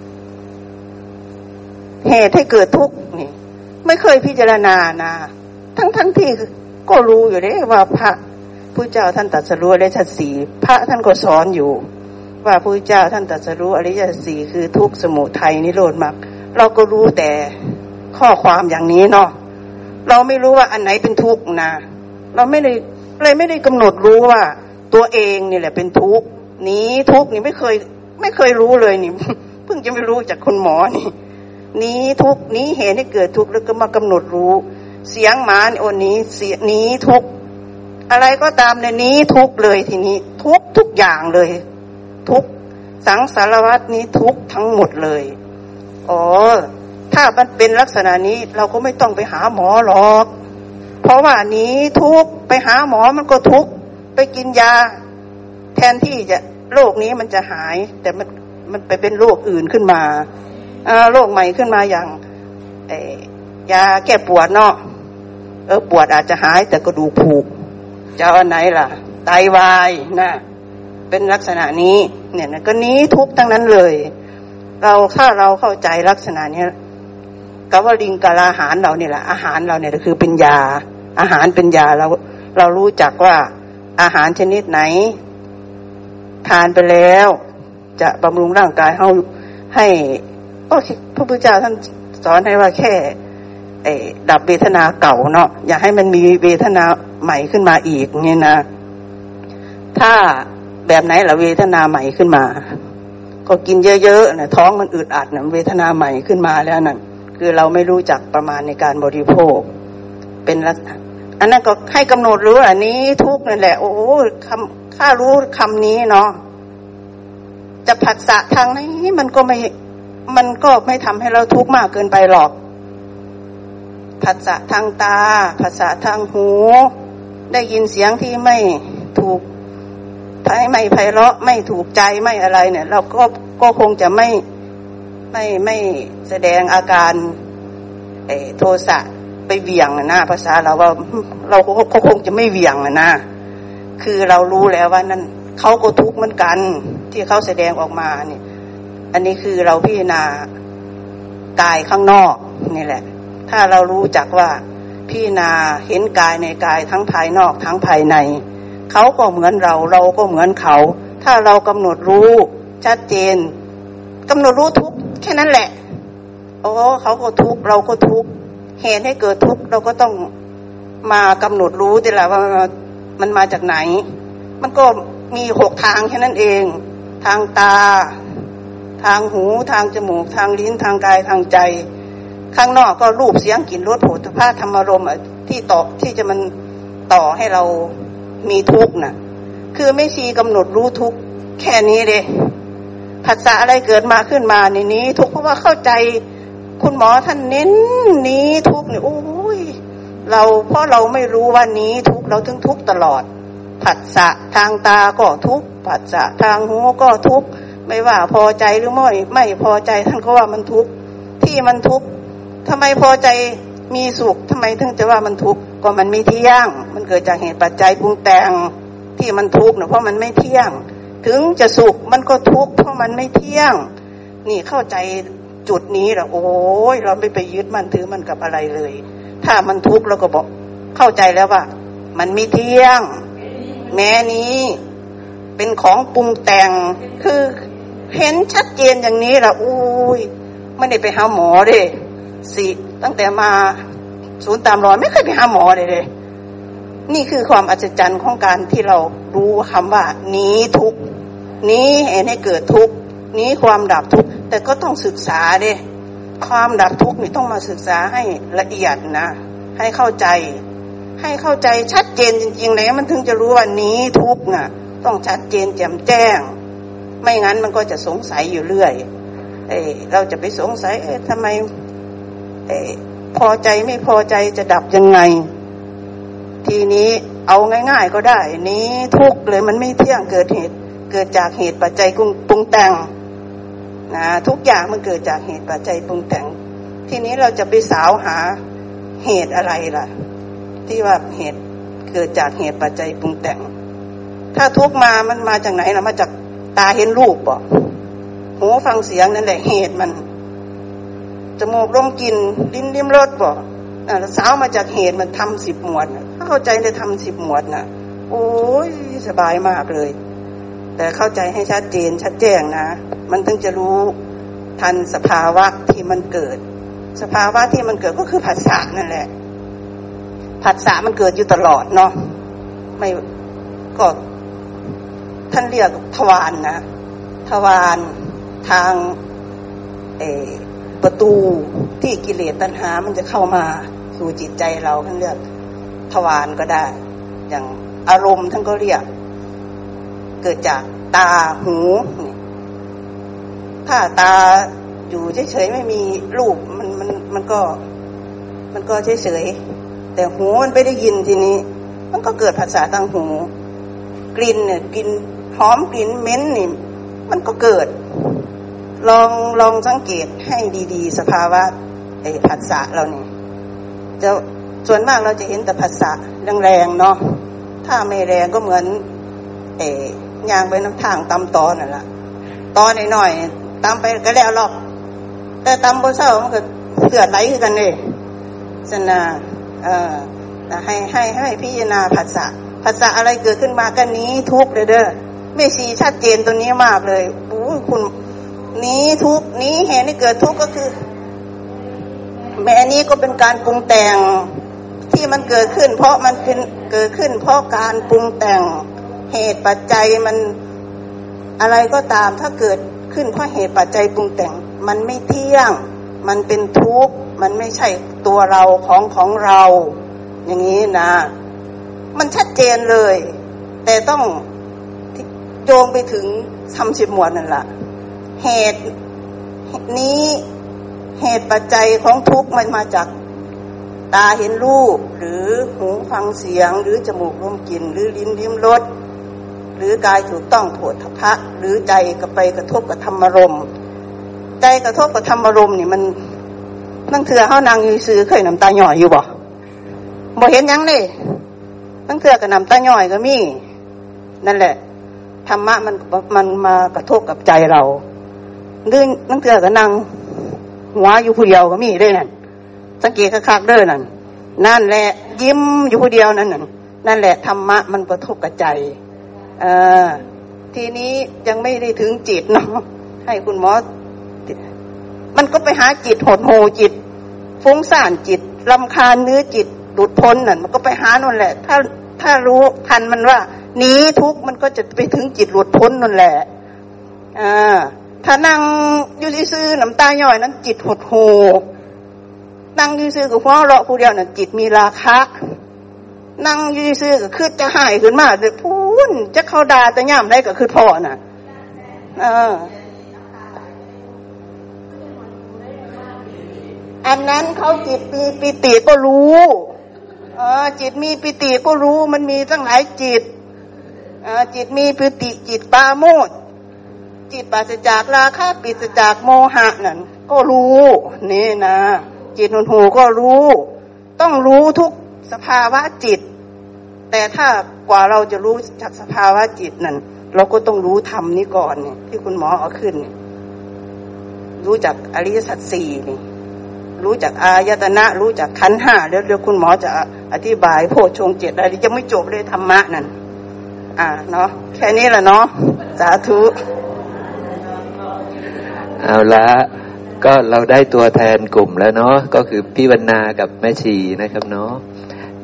เหตุให้เกิดทุกข์นี่ไม่เคยพิจารณานะทั้งที่ก็รู้อยู่เลยว่าพระพุทธเจ้าท่านตรัสรู้อริยสัจสี่พระท่านก็สอนอยู่ว่าพุทธเจ้าท่านตรัสรู้อริยสัจสี่คือทุกข์สมุทัยนิโรธมรรคเราก็รู้แต่ข้อความอย่างนี้เนาะเราไม่รู้ว่าอันไหนเป็นทุกข์นะเราไม่ได้กำหนดรู้ว่าตัวเองนี่แหละเป็นทุกข์นี้ทุกข์นี่ไม่เคยรู้เลยนี่เพิ่งจะไม่รู้จากคุณหมอนี่นี้ทุกข์นี้เหตุให้เกิดทุกข์แล้วก็มากำหนดรู้เสียงหมาโอ้นี้เสียนี้ทุกข์อะไรก็ตามในนี้ทุกข์เลยทีนี้ทุกอย่างเลยทุกสังสารวัฏนี้ทุกทั้งหมดเลยอ๋อถ้ามันเป็นลักษณะนี้เราก็ไม่ต้องไปหาหมอหรอกเพราะว่านี้ทุกไปหาหมอมันก็ทุกไปกินยาแทนที่จะโรคนี้มันจะหายแต่มันไปเป็นโรคอื่นขึ้นมาโรคใหม่ขึ้นมาอย่างยาแก้ปวดเนาะปวดอาจจะหายแต่กระดูกผุจะเอาอันไหนล่ะไตวายนะเป็นลักษณะนี้เนี่ยก็นี้ทุกทั้งนั้นเลยถ้าเราเข้าใจลักษณะนี้กับว่าลิงกะลาอาหารเราเนี่ยแหละอาหารเราเนี่ยคือเป็นยาอาหารเป็นยาเรารู้จักว่าอาหารชนิดไหนทานไปแล้วจะบำรุงร่างกายให้พระพุทธเจ้าท่านสอนให้ว่าแค่ดับเวทนาเก่าเนาะอย่าให้มันมีเวทนาใหม่ขึ้นมาอีกเนี่ยนะถ้าแบบไหนล่ะเวทนาใหม่ขึ้นมาก็กินเยอะๆนะท้องมันอึดอัดนะเวทนาใหม่ขึ้นมาแล้วนั่นคือเราไม่รู้จักประมาณในการบริโภคเป็นลักษณะอันนั้นก็ให้กำหนดรู้อันนี้ทุกนั่นแหละโอ้ข้ารู้คำนี้เนาะจะผัสสะทางนี้มันก็ไม่ทำให้เราทุกข์มากเกินไปหรอกผัสสะทางตาผัสสะทางหูได้ยินเสียงที่ไม่ถูกไม่ไพเราะไม่ถูกใจไม่อะไรเนี่ยเราก็คงจะไม่แสดงอาการโทสะไปเหวี่ยงนะภาษาเราว่าเราก็คงจะไม่เหวี่ยงนะคือเรารู้แล้วว่านั่นเขาก็ทุกข์เหมือนกันที่เขาแสดงออกมาเนี่ยอันนี้คือเราพิจารณากายข้างนอกนี่แหละถ้าเรารู้จักว่าพิจารณาเห็นกายในกายทั้งภายนอกทั้งภายในเขาก็เหมือนเราก็เหมือนเขาถ้าเรากำหนดรู้ชัดเจนกำหนดรู้ทุกแค่นั้นแหละโอ้เขาก็ทุกเราก็ทุกเหตุให้เกิดทุกเราก็ต้องมากำหนดรู้แต่ละว่ามันมาจากไหนมันก็มี6ทางแค่นั้นเองทางตาทางหูทางจมูกทางลิ้นทางกายทางใจข้างนอกก็รูปเสียงกลิ่นรสโผฏฐัพพะธรรมารมณ์ที่จะมันต่อให้เรามีทุกข์น่ะคือไม่ชี้กำหนดรู้ทุกข์แค่นี้เลยผัสสะอะไรเกิดมาขึ้นมาในนี้ทุกข์เพราะว่าเข้าใจคุณหมอท่านเน้นนี้ทุกข์เนี่ยโอ้ยเพราะเราไม่รู้ว่านี้ทุกข์เราถึงทุกข์ตลอดผัสสะทางตาก็ทุกข์ผัสสะทางหูก็ทุกข์ไม่ว่าพอใจหรือไม่พอใจท่านก็ว่ามันทุกข์ที่มันทุกข์ทำไมพอใจมีสุขทำไมถึงจะว่ามันทุกข์ก็มันไม่เที่ยงมันเกิดจากเหตุปัจจัยปรุงแต่งที่มันทุกข์เพราะมันไม่เที่ยงถึงจะสุขมันก็ทุกข์เพราะมันไม่เที่ยงนี่เข้าใจจุดนี้แหละโอ้ยเราไม่ไปยึดมันถือมันกับอะไรเลยถ้ามันทุกข์เราก็บอกเข้าใจแล้วว่ามันไม่เที่ยงแม้นี้เป็นของปรุงแต่งคือเห็นชัดเจนอย่างนี้แหละอุ้ยไม่ได้ไปหาหมอเลยตั้งแต่มาศูนย์ตามรอยไม่เคยไปหาหมอเลยนี่คือความอัศจรรย์ของการที่เรารู้คำว่านี้ทุกข์นี้เหตุให้เกิดทุกข์นี้ความดับทุกข์แต่ก็ต้องศึกษาเด้ความดับทุกข์นี่ต้องมาศึกษาให้ละเอียดนะให้เข้าใจชัดเจนจริงๆเลยมันถึงจะรู้ว่านี้ทุกข์น่ะต้องชัดเจนแจ่มแจ้งไม่งั้นมันก็จะสงสัยอยู่เรื่อยเราจะไปสงสัยทำไมพอใจไม่พอใจจะดับยังไงทีนี้เอาง่ายๆก็ได้นี้ทุกข์เลยมันไม่เที่ยงเกิดจากเหตุปัจจัยปรุงแต่งนะทุกอย่างมันเกิดจากเหตุปัจจัยปรุงแต่งทีนี้เราจะไปสาวหาเหตุอะไรล่ะที่ว่าเหตุเกิดจากเหตุปัจจัยปรุงแต่งถ้าทุกข์มันมาจากไหนล่ะมาจากตาเห็นรูปบ่หูฟังเสียงนั่นแหละเหตุมันจมูกดมกลิ่นลิ้นลิ้มรสบ่สาวมาจากเหตุมันทำ10 หมวดถ้าเข้าใจได้ทำ10 หมวดน่ะโอ้ยสบายมากเลยแต่เข้าใจให้ชัดเจนชัดแจ้งนะมันถึงจะรู้ทันสภาวะที่มันเกิดสภาวะที่มันเกิดก็คือผัสสะนั่นแหละผัสสะมันเกิดอยู่ตลอดเนาะไม่ก็ท่านเรียกทวารนะทวารทางประตูที่กิเลสตัณหามันจะเข้ามาสู่จิตใจเราท่านเรียกทวารก็ได้อย่างอารมณ์ท่านก็เรียกเกิดจากตาหูถ้าตาอยู่เฉยๆไม่มีรูปมันก็เฉยๆแต่หูมันไม่ได้ยินทีนี้มันก็เกิดภาษาทางหูกลิ่นเนี่ยกลิ่นหอมกลิ่นเหม็นนี่มันก็เกิดลองสังเกตให้ดีๆสภาวะผัสสะเราเนี่ยจะส่วนมากเราจะเห็นแต่ผัสสะแรงๆเนาะถ้าไม่แรงก็เหมือนย่างไปน้ำทางตำตอนั่นแหละตอหน่อยๆตำไปก็แล้วหรอกแต่ตำบนเสามันก็เสือไหลกันเลยสนาให้พิจารณาผัสสะอะไรเกิดขึ้นมากันนี้ทุกข์เด้อไม่ชี้ชัดเจนตัวนี้มากเลยคุณนี้ทุกข์นี้เหตุให้เกิดทุกข์ก็คือแม้นี้ก็เป็นการปรุงแต่งที่มันเกิดขึ้นเพราะมันเป็นเกิดขึ้นเพราะการปรุงแต่งเหตุปัจจัยมันอะไรก็ตามถ้าเกิดขึ้นเพราะเหตุปัจจัยปรุงแต่งมันไม่เที่ยงมันเป็นทุกข์มันไม่ใช่ตัวเราของเราอย่างนี้นะมันชัดเจนเลยแต่ต้องโยงไปถึงทำ10 หมวดนั่นแหละเหตุนี้เหตุปัจจัยของทุกข์มันมาจากตาเห็นรูปหรือหูฟังเสียงหรือจมูกดมกลิ่นหรือลิ้นลิ้มรสหรือกายถูกต้องโผฏฐัพพะหรือใจก็ไปกระทบกับธรรมารมณ์ใจกระทบกับธรรมารมณ์นี่มันนั่งเถื่อเฮานางอยู่ซื่อเคยน้ำตาหย่อยอยู่บ่เห็นหยังเลยนั่งเถื่อกับน้ำตาหย่อยก็มีนั่นแหละธรรมะมันมากระทบกับใจเราดึงนั่งเถื่อกับนางหัวอยู่ผู้เดียวก็มีได้นั่นสังเกตคักๆเด้อนั่นแหละยิ้มอยู่ผู้เดียวนั่นแหละธรรมะมันกระทบกับใจทีนี้ยังไม่ได้ถึงจิตเนาะให้คุณหมอมันก็ไปหาจิตหดหูจิตฟุ้งซ่านจิตรำคาญเนื้อจิตหลุดพ้นนั่นมันก็ไปหานั่นแหละถ้ารู้ทันมันว่านี้ทุกมันก็จะไปถึงจิตหลุดพ้นนั่นแหละถ้านั่งอยู่ซื่อๆน้ำตาย่อยนั้นจิตหดหูนั่งอยู่ซื่อกับหัวเราะผู้เดียวนั่นจิตมีราคะนั่งอยู่ซื่อก็คือจะหายขึ้นมาเด้อพูนจะเข้าด่าแต่ย่ำได้ก็คือพ่อน่ะอันนั้นเขาจิตมีปิติก็รู้จิตมีปิติก็รู้มันมีตั้งหลายจิตจิตมีปิติจิตปราโมทย์จิตปราศจากราคะปราศจากโมหะนั่นก็รู้นี่นะจิตหนหูก็รู้ต้องรู้ทุกสภาวะจิตแต่ถ้ากว่าเราจะรู้จากสภาวะจิตนั่นเราก็ต้องรู้ธรรมนี้ก่อนเนี่ยที่คุณหมอเอาขึ้นเนี่ยรู้จักอริยสัจสี่นี่รู้จักอายตนะรู้จักขันธ์ห้าแล้วเดี๋ยวคุณหมอจะอธิบายโพชฌงค์7อะไรยังไม่จบเลยธรรมะนั่นเนาะแค่นี้แหละเนาะสาธุเอาละก็เราได้ตัวแทนกลุ่มแล้วเนาะก็คือพี่วรรณากับแม่ชีนะครับเนาะ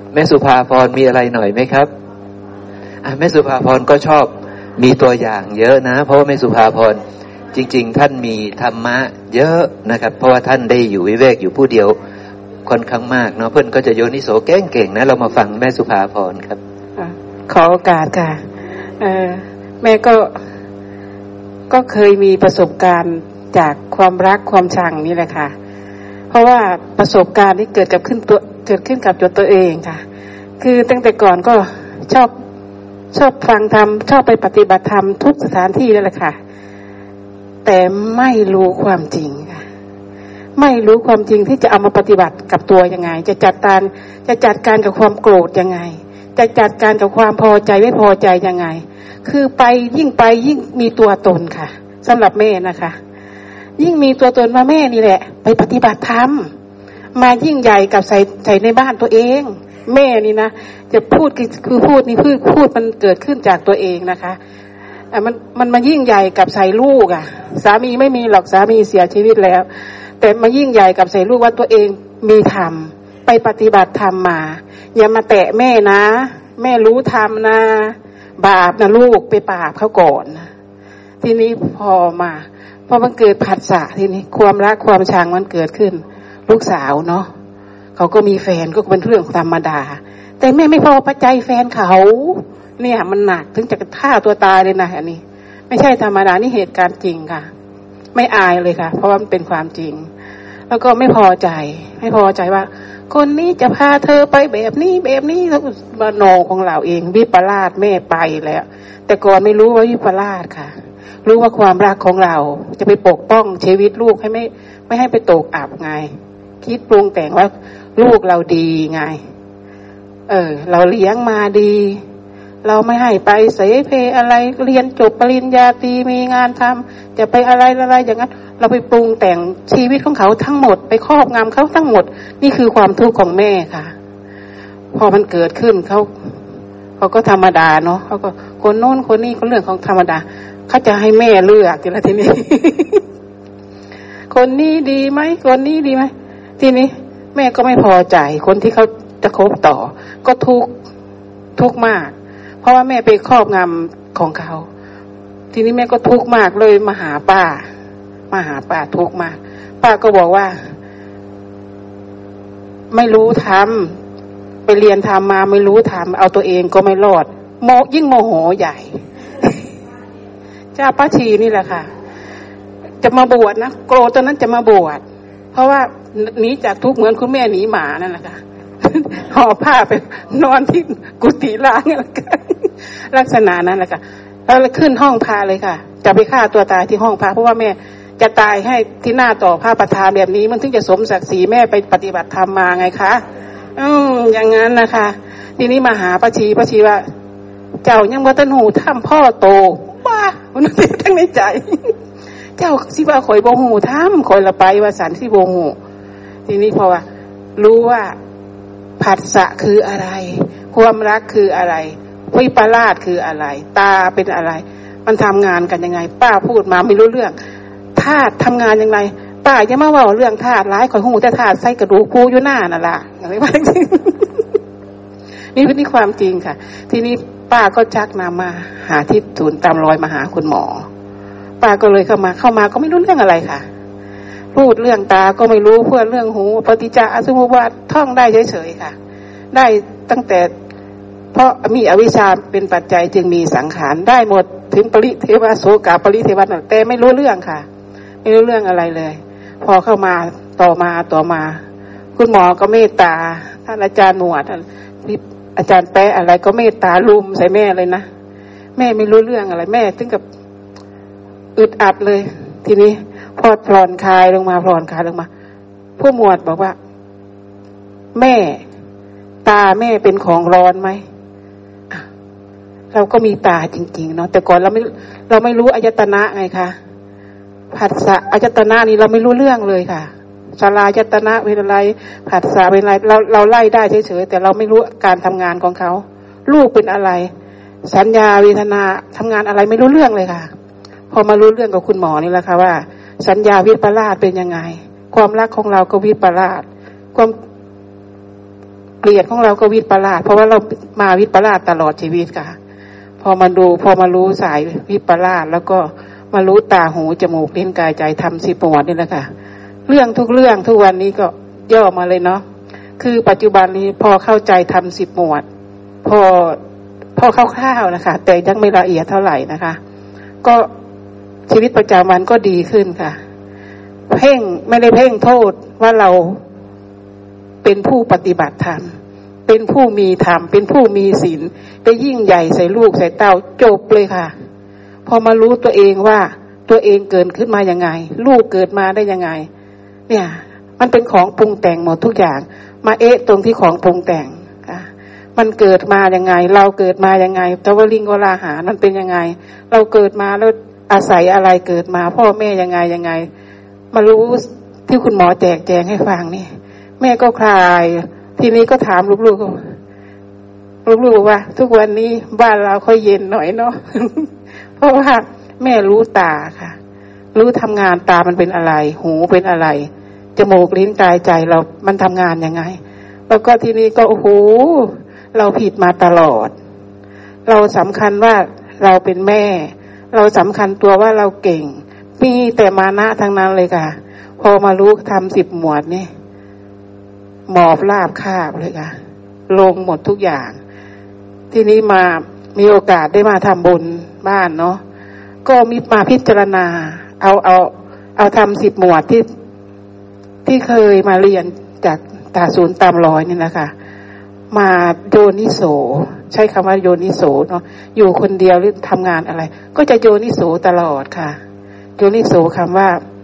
แม่สุภาพรมีอะไรหน่อยไหมครับแม่สุภาพรก็ชอบมีตัวอย่างเยอะนะเพราะว่าแม่สุภาพรจริงๆท่านมีธรรมะเยอะนะครับเพราะว่าท่านได้อยู่วิเวกอยู่ผู้เดียวค่อนข้างมากเนาะเพื่อนก็จะโยนิโสเก่งๆนะเรามาฟังแม่สุภาพรครับขอโอกาสค่ะแม่ก็เคยมีประสบการณ์จากความรักความชังนี่แหละค่ะเพราะว่าประสบการณ์นี้เกิดกับตัวเองค่ะคือตั้งแต่ก่อนก็ชอบฟังธรรมชอบไปปฏิบัติธรรมทุกสถานที่นั่นแหละค่ะแต่ไม่รู้ความจริงค่ะไม่รู้ความจริงที่จะเอามาปฏิบัติกับตัวยังไงจะจัดการกับความโกรธยังไงจะจัดการกับความพอใจไม่พอใจยังไงคือไปยิ่งมีตัวตนค่ะสำหรับแม่นะคะยิ่งมีตัวตนมาแม่นี่แหละไปปฏิบัติธรรมมายิ่งใหญ่กับใส่ในบ้านตัวเองแม่นี่นะจะพูดคือพูดมันเกิดขึ้นจากตัวเองนะคะมันมายิ่งใหญ่กับใส่ลูกอ่ะสามีไม่มีหรอกสามีเสียชีวิตแล้วแต่มายิ่งใหญ่กับใส่ลูกว่าตัวเองมีธรรมไปปฏิบัติธรรมมาอย่ามาแตะแม่นะแม่รู้ธรรมนะบาปนะลูกไปบาปเขาก่อนทีนี้พอมันเกิดผัสสะทีนี้ความรักความชังมันเกิดขึ้นลูกสาวเนาะเขาก็มีแฟนก็เป็นเรื่องธรรมดาแต่แม่ไม่พอปัจจัยแฟนเขาเนี่ยมันหนักถึงจะฆ่าตัวตายเลยนะอันนี้ไม่ใช่ธรรมดานี่เหตุการณ์จริงค่ะไม่อายเลยค่ะเพราะว่ามันเป็นความจริงแล้วก็ไม่พอใจว่าคนนี้จะพาเธอไปแบบนี้แล้วมโนของเราเองวิปลาสแม่ไปแล้วแต่ก่อนไม่รู้ว่าวิปลาสค่ะรู้ว่าความรักของเราจะไปปกป้องชีวิตลูกให้ไม่ให้ไปตกอับไงคิดปรุงแต่งว่าลูกเราดีไงเราเลี้ยงมาดีเราไม่ให้ไปเสเพอะไรเรียนจบปริญญาตรีมีงานทำจะไปอะไรอย่างนั้นเราไปปรุงแต่งชีวิตของเขาทั้งหมดไปครอบงำเขาทั้งหมดนี่คือความทุกข์ของแม่ค่ะพอมันเกิดขึ้นเขาก็ธรรมดาเนาะเขาก็คนโน้นคนนี้ก็เรื่องของธรรมดาเขาจะให้แม่เลือกทีนี้ คนนี้ดีไหมคนนี้ดีไหมทีนี้แม่ก็ไม่พอใจคนที่เขาจะคบต่อก็ทุกข์มากเพราะว่าแม่ไปครอบงำของเขาทีนี้แม่ก็ทุกข์มากเลยมาหาป้าทุกข์มากป้าก็บอกว่าไม่รู้ทำไปเรียนทำมาไม่รู้ทำเอาตัวเองก็ไม่รอดยิ่งโมโหใหญ่ เจ้าป้าชีนี่แหละค่ะจะมาบวชนะโกรธตอนนั้นจะมาบวชเพราะว่าหนีจากทุกข์เหมือนคุณแม่หนีหมานั่นแหละค่ะ ห่อผ้าไปนอนที่กุฏิล้างนั่นแหละค่ะลักษณะนั้นแหละค่ะแล้วขึ้นห้องพระเลยค่ะจะไปฆ่าตัวตายที่ห้องพระเพราะว่าแม่จะตายให้ที่หน้าต่อพระประธานแบบนี้มันถึงจะสมศักดิ์ศรีแม่ไปปฏิบัติธรรมมาไงคะอย่างนั้นนะคะทีนี้มาหาป้าชีว่าเจ้ายังบ่ทันหูทำพ่อโตบ้ามันทั้งในใจเจ้าสิว่าข่อยบ่หูทำข่อยละไปว่าสันสิบ่หูทีนี้พอว่ารู้ว่าผัสสะคืออะไรความรักคืออะไรวิปลาสคืออะไรตาเป็นอะไรมันทำงานกันยังไงป้าพูดมาไม่รู้เรื่องธาตุทำงานยังไงป้าอย่ามาว่าเรื่องธาตุร้ายข่อยหูแต่ธาตุใส่กระดูกปูอยู่หน้านั่นล่ะอะไรว่าจริงนี่เป็นความจริงค่ะทีนี้ป้าก็ชักนำมาหาที่ศูนย์ตามรอยมาหาคุณหมอป้าก็เลยเข้ามาก็ไม่รู้เรื่องอะไรค่ะพูดเรื่องตาก็ไม่รู้เพื่อเรื่องหูปฏิจจสมุปบาทท่องได้เฉยๆค่ะได้ตั้งแต่เพราะมีอวิชชาเป็นปัจจัยจึงมีสังขารได้หมดถึงปริเทวโสกาปริเทวะแต่ไม่รู้เรื่องค่ะไม่รู้เรื่องอะไรเลยพอเข้ามาต่อมาคุณหมอก็เมตตาท่านอาจารย์หนวดอาจารย์แปะอะไรก็เมตตาลุมใส่แม่เลยนะแม่ไม่รู้เรื่องอะไรแม่ถึงกับอึดอัดเลยทีนี้พอผ่อนคลายลงมาผู้หมวดบอกว่าแม่ตาแม่เป็นของร้อนไหมเราก็มีตาจริงๆเนาะแต่ก่อนเราไม่รู้อายตนะไงคะผัสสะอายตนะนี่เราไม่รู้เรื่องเลยค่ะสลายตนะเป็นอะไรผัสสะเป็นอะไรเราไล่ได้เฉยๆแต่เราไม่รู้การทำงานของเขารูปเป็นอะไรสัญญาเวทนาทำงานอะไรไม่รู้เรื่องเลยค่ะพอมารู้เรื่องกับคุณหมอนี่แหละค่ะว่าสัญญาวิปลาสเป็นยังไงความรักของเราก็วิปลาสความเปลี่ยนของเราก็วิปลาสเพราะว่าเรามาวิปลาสตลอดชีวิตค่ะพอมารู้สายวิปลาสแล้วก็มารู้ตาหูจมูกลิ้นกายใจทำ10 หมวดนี่แหละค่ะเรื่องทุกเรื่องทุกวันนี้ก็ย่อมาเลยเนาะคือปัจจุบันนี้พอเข้าใจทำ10 หมวดพอคร่าวๆนะคะแต่ยังไม่ละเอียดเท่าไหร่นะคะก็ชีวิตประจำวันก็ดีขึ้นค่ะไม่ได้เพ่งโทษว่าเราเป็นผู้ปฏิบัติธรรมเป็นผู้มีธรรมเป็นผู้มีศีลไปยิ่งใหญ่ใส่ลูกใส่เต้าจบเลยค่ะพอมารู้ตัวเองว่าตัวเองเกิดขึ้นมายังไงลูกเกิดมาได้ยังไงเนี่ยมันเป็นของปรุงแต่งหมดทุกอย่างมาตรงที่ของปรุงแต่งค่ะมันเกิดมายังไงเราเกิดมายังไงตวลิงกลาหารมันเป็นยังไงเราเกิดมาแล้วอาศัยอะไรเกิดมาพ่อแม่ยังไงมารู้ที่คุณหมอแจกแจงให้ฟังนี่แม่ก็คลายทีนี้ก็ถามลูกๆบอกว่าทุกวันนี้บ้านเราค่อยเย็นหน่อยเนาะ เพราะว่าแม่รู้ตาค่ะรู้ทำงานตามันเป็นอะไรหูเป็นอะไรจมูกลิ้นกายใจเรามันทำงานยังไงแล้วก็ทีนี้ก็โอ้โหเราผิดมาตลอดเราสำคัญว่าเราเป็นแม่เราสำคัญตัวว่าเราเก่งมีแต่มานะทั้งนั้นเลยค่ะพอมารู้ทำ10 หมวดนี่หมอบราบคาบเลยค่ะลงหมดทุกอย่างทีนี้มีโอกาสได้มาทำบุญบ้านเนาะก็มีมาพิจารณาเอาทำ10 หมวดที่เคยมาเรียนจากตาศูนย์ตามร้อยนี่นะคะมาโยนิโสใช้คำว่าโยนิโสเนาะอยู่คนเดียวหรือทำงานอะไรก็จะโยนิโสตลอดค่ะโยนิโสคำว่า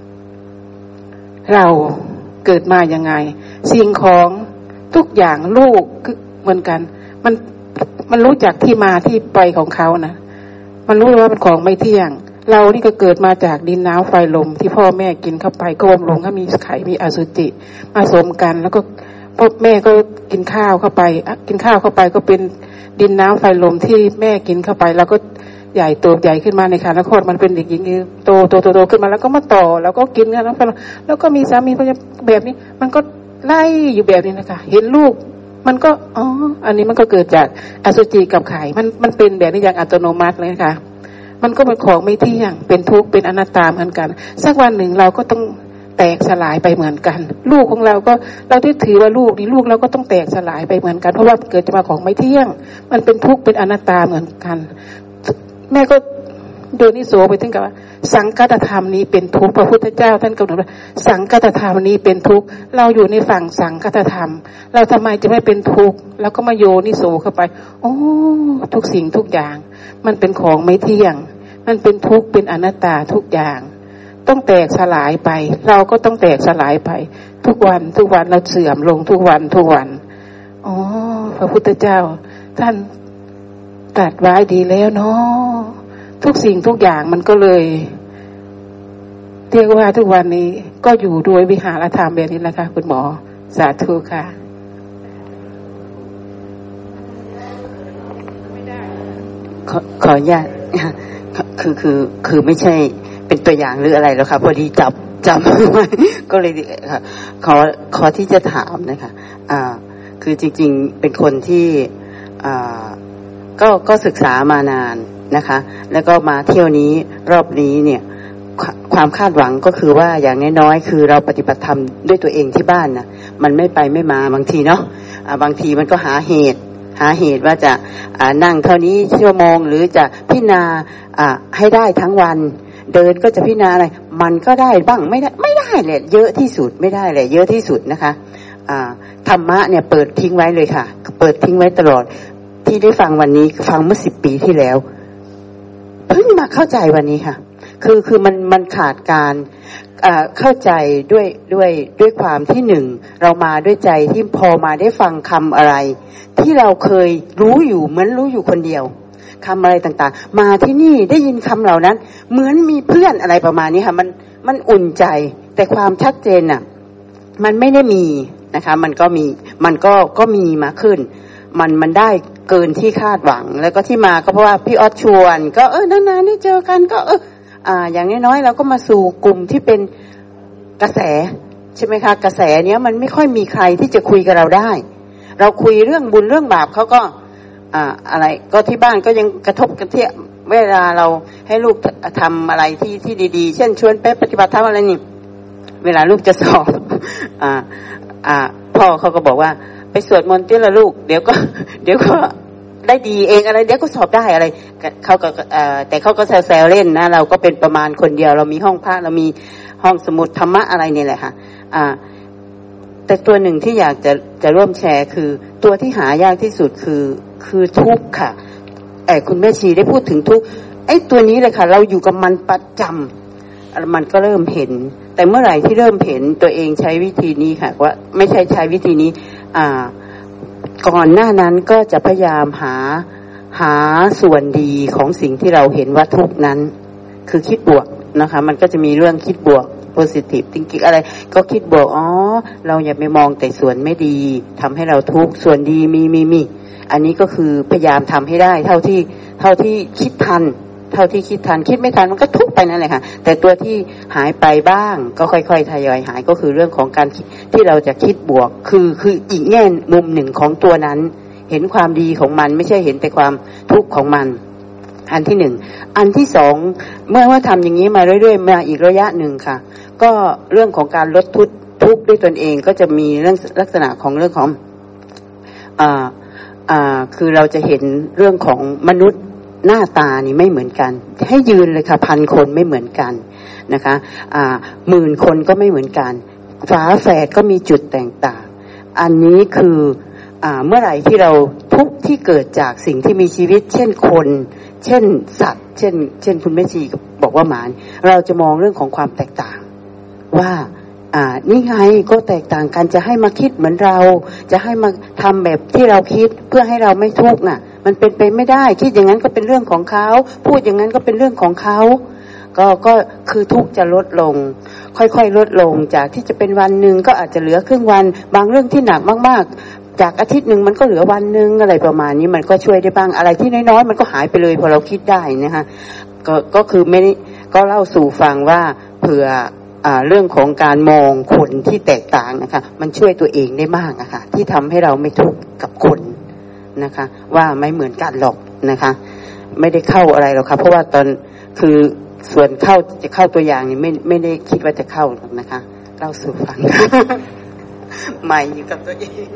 เราเกิดมายังไงสิ่งของทุกอย่างลูกเหมือนกันมันรู้จักที่มาที่ไปของเขานะมันรู้ว่ามันของไม่เที่ยงเรานี่ก็เกิดมาจากดินน้ำไฟลมที่พ่อแม่กินเข้าไปก็บำรุงก็มีไข่มีอสุจิมาสมกันแล้วก็พ่อแม่ก็กินข้าวเข้าไปก็เป็นดินน้ำไฟลมที่แม่กินเข้าไปแล้วก็ใหญ่โตใหญ่ขึ้นมาในครรภ์คลอดมันเป็นเด็กหญิงโตขึ้นมาแล้วก็มาต่อแล้วก็กินกันแล้วก็มีสามีแบบนี้มันก็ไล่อยู่แบบนี้นะคะเห็นลูกมันก็อันนี้มันก็เกิดจากอสุจิกับไข่มันเป็นแบบนี้อย่างอัตโนมัติเลยค่ะมันก็เป็นของไม่เที่ยงเป็นทุกข์เป็นอนัตตาเหมือนกันสักวันหนึ่งเราก็ต้องแตกสลายไปเหมือนกันลูกของเราก็เราที่ถือว่าลูกนี่ลูกเราก็ต้องแตกสลายไปเหมือนกันเพราะว่าเกิดมาของไม่เที่ยงมันเป็นทุกข์เป็นอนัตตาเหมือนกันแม่ก็โดยนิโสไปถึงกับว่าสังคตธรรมนี้เป็นทุกข์พระพุทธเจ้าท่านกำหนดว่าสังคตธรรมนี้เป็นทุกข์เราอยู่ในฝั่งสังคตธรรมเราทำไมจะไม่เป็นทุกข์แล้วก็มาโยนิโสเข้าไปโอ้ทุกสิ่งทุกอย่างมันเป็นของไม่เที่ยงมันเป็นทุกข์เป็นอนัตตาทุกอย่างต้องแตกสลายไปเราก็ต้องแตกสลายไปทุกวันเราเสื่อมลงทุกวันอ๋อพระพุทธเจ้าท่านตรัสไว้ดีแล้วเนาะทุกสิ่งทุกอย่างมันก็เลยเรียกว่าทุกวันนี้ก็อยู่ด้วยวิหารธรรมแบบนี้นะคะคุณหมอสาธุค่ะขออนุญาตคือไม่ใช่เป็นตัวอย่างหรืออะไรแล้วค่ะพอดีจับก็เลยค่ะขอที่จะถามนะคะคือจริงๆเป็นคนที่ก็ศึกษามานานนะคะแล้วก็มาเที่ยวนี้รอบนี้เนี่ยความคาดหวังก็คือว่าอย่างน้อยๆคือเราปฏิบัติธรรมด้วยตัวเองที่บ้านนะมันไม่ไปไม่มาบางทีเนาะบางทีมันก็หาเหตุว่าจะนั่งเท่านี้ชั่วโมงหรือจะพิจารณาให้ได้ทั้งวันเดินก็จะพิจารณาอะไรมันก็ได้บ้างไม่ได้เลยเยอะที่สุดไม่ได้เลยเยอะที่สุดนะคะธรรมะเนี่ยเปิดทิ้งไว้เลยค่ะเปิดทิ้งไว้ตลอดที่ได้ฟังวันนี้ฟังเมื่อ10 ปีที่แล้วเพิ่งมาเข้าใจวันนี้ค่ะคือมันขาดการเข้าใจด้วยความที่หนึ่งเรามาด้วยใจที่พอมาได้ฟังคำอะไรที่เราเคยรู้อยู่เหมือนรู้อยู่คนเดียวคำอะไรต่างๆมาที่นี่ได้ยินคำเหล่านั้นเหมือนมีเพื่อนอะไรประมาณนี้ค่ะมันอุ่นใจแต่ความชัดเจนน่ะมันไม่ได้มีนะคะมันก็มีมาขึ้นมันได้เกินที่คาดหวังแล้วก็ที่มาก็เพราะว่าพี่ออสชวนก็นานๆได้เจอกันก็อย่างน้อยๆเราก็มาสู่กลุ่มที่เป็นกระแสใช่ไหมคะกระแสเนี้ยมันไม่ค่อยมีใครที่จะคุยกับเราได้เราคุยเรื่องบุญเรื่องบาปเขาก็อะไรก็ที่บ้านก็ยังกระทบกันที่เวลาเราให้ลูกทำอะไรที่ดีๆเช่นชวนไปปฏิบัติธรรมอะไรนี่เวลาลูกจะสอบพ่อเขาก็บอกว่าไปสวดมนต์ที่ละลูกเดี๋ยวก็ได้ดีเองอะไรเดี๋ยวก็สอบได้อะไรเขาก็แต่เขาก็แซวๆเล่นนะเราก็เป็นประมาณคนเดียวเรามีห้องพระเรามีห้องสมุดธรรมะอะไรนี่แหละค่ะแต่ตัวหนึ่งที่อยากจะร่วมแชร์คือตัวที่หายากที่สุดคือทุกข์ค่ะคุณแม่ชีได้พูดถึงทุกข์ไอ้ตัวนี้เลยค่ะเราอยู่กับมันประจำมันก็เริ่มเห็นแต่เมื่อไหร่ที่เริ่มเห็นตัวเองใช้วิธีนี้ค่ะว่าไม่ใช้วิธีนี้ก่อนหน้านั้นก็จะพยายามหาส่วนดีของสิ่งที่เราเห็นว่าทุกข์นั้นคือคิดบวกนะคะมันก็จะมีเรื่องคิดบวก positive thinking อะไรก็คิดบวกเราอย่าไปมองแต่ส่วนไม่ดีทำให้เราทุกข์ส่วนดีมีอันนี้ก็คือพยายามทำให้ได้เท่าที่คิดทันคิดไม่ทันมันก็ทุกข์ไปนั่นแหละค่ะแต่ตัวที่หายไปบ้างก็ค่อยๆทยอยหายก็คือเรื่องของการที่เราจะคิดบวกคืออีกแง่มุมหนึ่งของตัวนั้นเห็นความดีของมันไม่ใช่เห็นแต่ความทุกข์ของมันอันที่หนึ่งอันที่สองเมื่อว่าทำอย่างนี้มาเรื่อยๆมาอีกระยะหนึ่งค่ะก็เรื่องของการลดทุกข์ด้วยตนเองก็จะมีเรื่องลักษณะของเรื่องของคือเราจะเห็นเรื่องของมนุษย์หน้าตานี่ไม่เหมือนกันให้ยืนเลยค่ะ1,000 คนไม่เหมือนกันนะคะ10,000 คนก็ไม่เหมือนกันฝาแฝดก็มีจุดแตกต่างอันนี้คือเมื่อไหร่ที่เราทุกข์ที่เกิดจากสิ่งที่มีชีวิตเช่นคนเช่นสัตว์เช่นคุณแม่ชีบอกว่าหมาเราจะมองเรื่องของความแตกต่างว่านี่ไงก็แตกต่างกันจะให้มาคิดเหมือนเราจะให้มาทำแบบที่เราคิดเพื่อให้เราไม่ทุกข์น่ะมันเป็นไปไม่ได้คิดอย่างนั้นก็เป็นเรื่องของเขาพูดอย่างนั้นก็เป็นเรื่องของเขาก็คือทุกข์จะลดลงค่อยๆลดลงจากที่จะเป็นวันนึงก็อาจจะเหลือครึ่งวันบางเรื่องที่หนักมากๆจากอาทิตย์นึงมันก็เหลือวันนึงอะไรประมาณนี้มันก็ช่วยได้บ้างอะไรที่น้อยๆมันก็หายไปเลยพอเราคิดได้นะคะก็คือไม่ได้ก็เล่าสู่ฟังว่าเผื่อเรื่องของการมองคนที่แตกต่างนะคะมันช่วยตัวเองได้มากนะคะที่ทำให้เราไม่ทุกข์กับคนนะคะว่าไม่เหมือนกันหรอกนะคะไม่ได้เข้าอะไรหรอกค่ะเพราะว่าตอนคือส่วนจะเข้าตัวอย่างนี่ไม่ได้คิดว่าจะเข้าหรอกนะคะเล่าสู่ฟัง ใหม่อยู่กับตัวเอง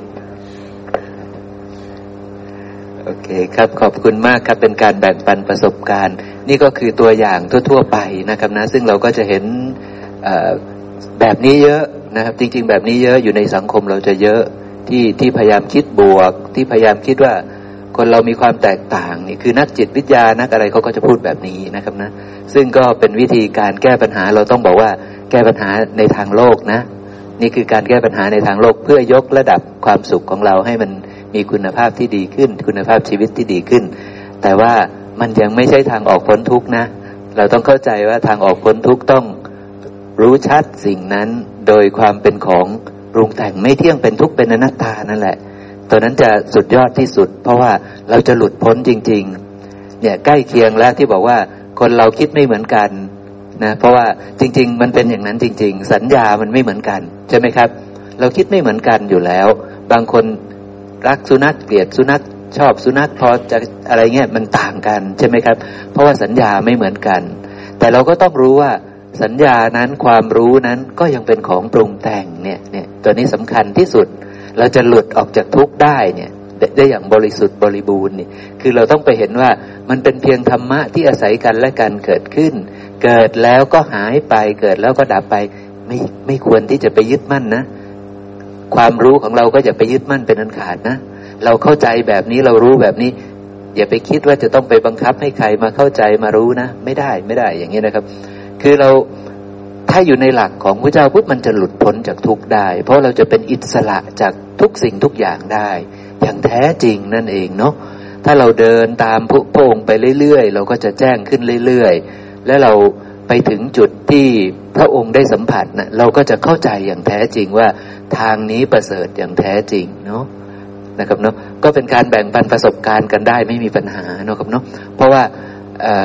โอเคครับขอบคุณมากครับเป็นการแบ่งปันประสบการณ์นี่ก็คือตัวอย่างทั่วๆไปนะครับนะซึ่งเราก็จะเห็นแบบนี้เยอะนะครับจริงๆแบบนี้เยอะอยู่ในสังคมเราจะเยอะที่พยายามคิดบวกที่พยายามคิดว่าคนเรามีความแตกต่างนี่คือนักจิตวิทยานักอะไรเขาก็จะพูดแบบนี้นะครับนะซึ่งก็เป็นวิธีการแก้ปัญหาเราต้องบอกว่าแก้ปัญหาในทางโลกนะนี่คือการแก้ปัญหาในทางโลกเพื่อยกระดับความสุขของเราให้มันมีคุณภาพที่ดีขึ้นคุณภาพชีวิตที่ดีขึ้นแต่ว่ามันยังไม่ใช่ทางออกพ้นทุกข์นะเราต้องเข้าใจว่าทางออกพ้นทุกข์ต้องรู้ชัดสิ่งนั้นโดยความเป็นของปรุงแต่งไม่เที่ยงเป็นทุกข์เป็นอนัตตานั่นแหละตัวนั้นจะสุดยอดที่สุดเพราะว่าเราจะหลุดพ้นจริงๆเนี่ยใกล้เคียงแล้วที่บอกว่าคนเราคิดไม่เหมือนกันนะเพราะว่าจริงๆมันเป็นอย่างนั้นจริงๆสัญญามันไม่เหมือนกันใช่ไหมครับเราคิดไม่เหมือนกันอยู่แล้วบางคนรักสุนัขเกลียดสุนัขชอบสุนัขพอจะอะไรเงี้ยมันต่างกันใช่ไหมครับเพราะว่าสัญญาไม่เหมือนกันแต่เราก็ต้องรู้ว่าสัญญานั้นความรู้นั้นก็ยังเป็นของปรุงแต่งเนี่ยตัวนี้สำคัญที่สุดเราจะหลุดออกจากทุกข์ได้เนี่ยได้อย่างบริสุทธิ์บริบูรณ์นี่คือเราต้องไปเห็นว่ามันเป็นเพียงธรรมะที่อาศัยกันและกันเกิดขึ้นเกิดแล้วก็หายไปเกิดแล้วก็ดับไปไม่ควรที่จะไปยึดมั่นนะความรู้ของเราก็อย่าไปยึดมั่นเป็นอันขาดนะเราเข้าใจแบบนี้เรารู้แบบนี้อย่าไปคิดว่าจะต้องไปบังคับให้ใครมาเข้าใจมารู้นะไม่ได้อย่างนี้นะครับคือเราถ้าอยู่ในหลักของพระเจ้าปุ๊บมันจะหลุดพ้นจากทุกข์ได้เพราะเราจะเป็นอิสระจากทุกสิ่งทุกอย่างได้อย่างแท้จริงนั่นเองเนาะถ้าเราเดินตามพระองค์ไปเรื่อยๆเราก็จะแจ้งขึ้นเรื่อยๆและเราไปถึงจุดที่พระองค์ได้สัมผัสนะเราก็จะเข้าใจอย่างแท้จริงว่าทางนี้ประเสริฐอย่างแท้จริงเนาะนะครับเนาะก็เป็นการแบ่งปันประสบการณ์กันได้ไม่มีปัญหาเนาะครับเนาะเพราะว่า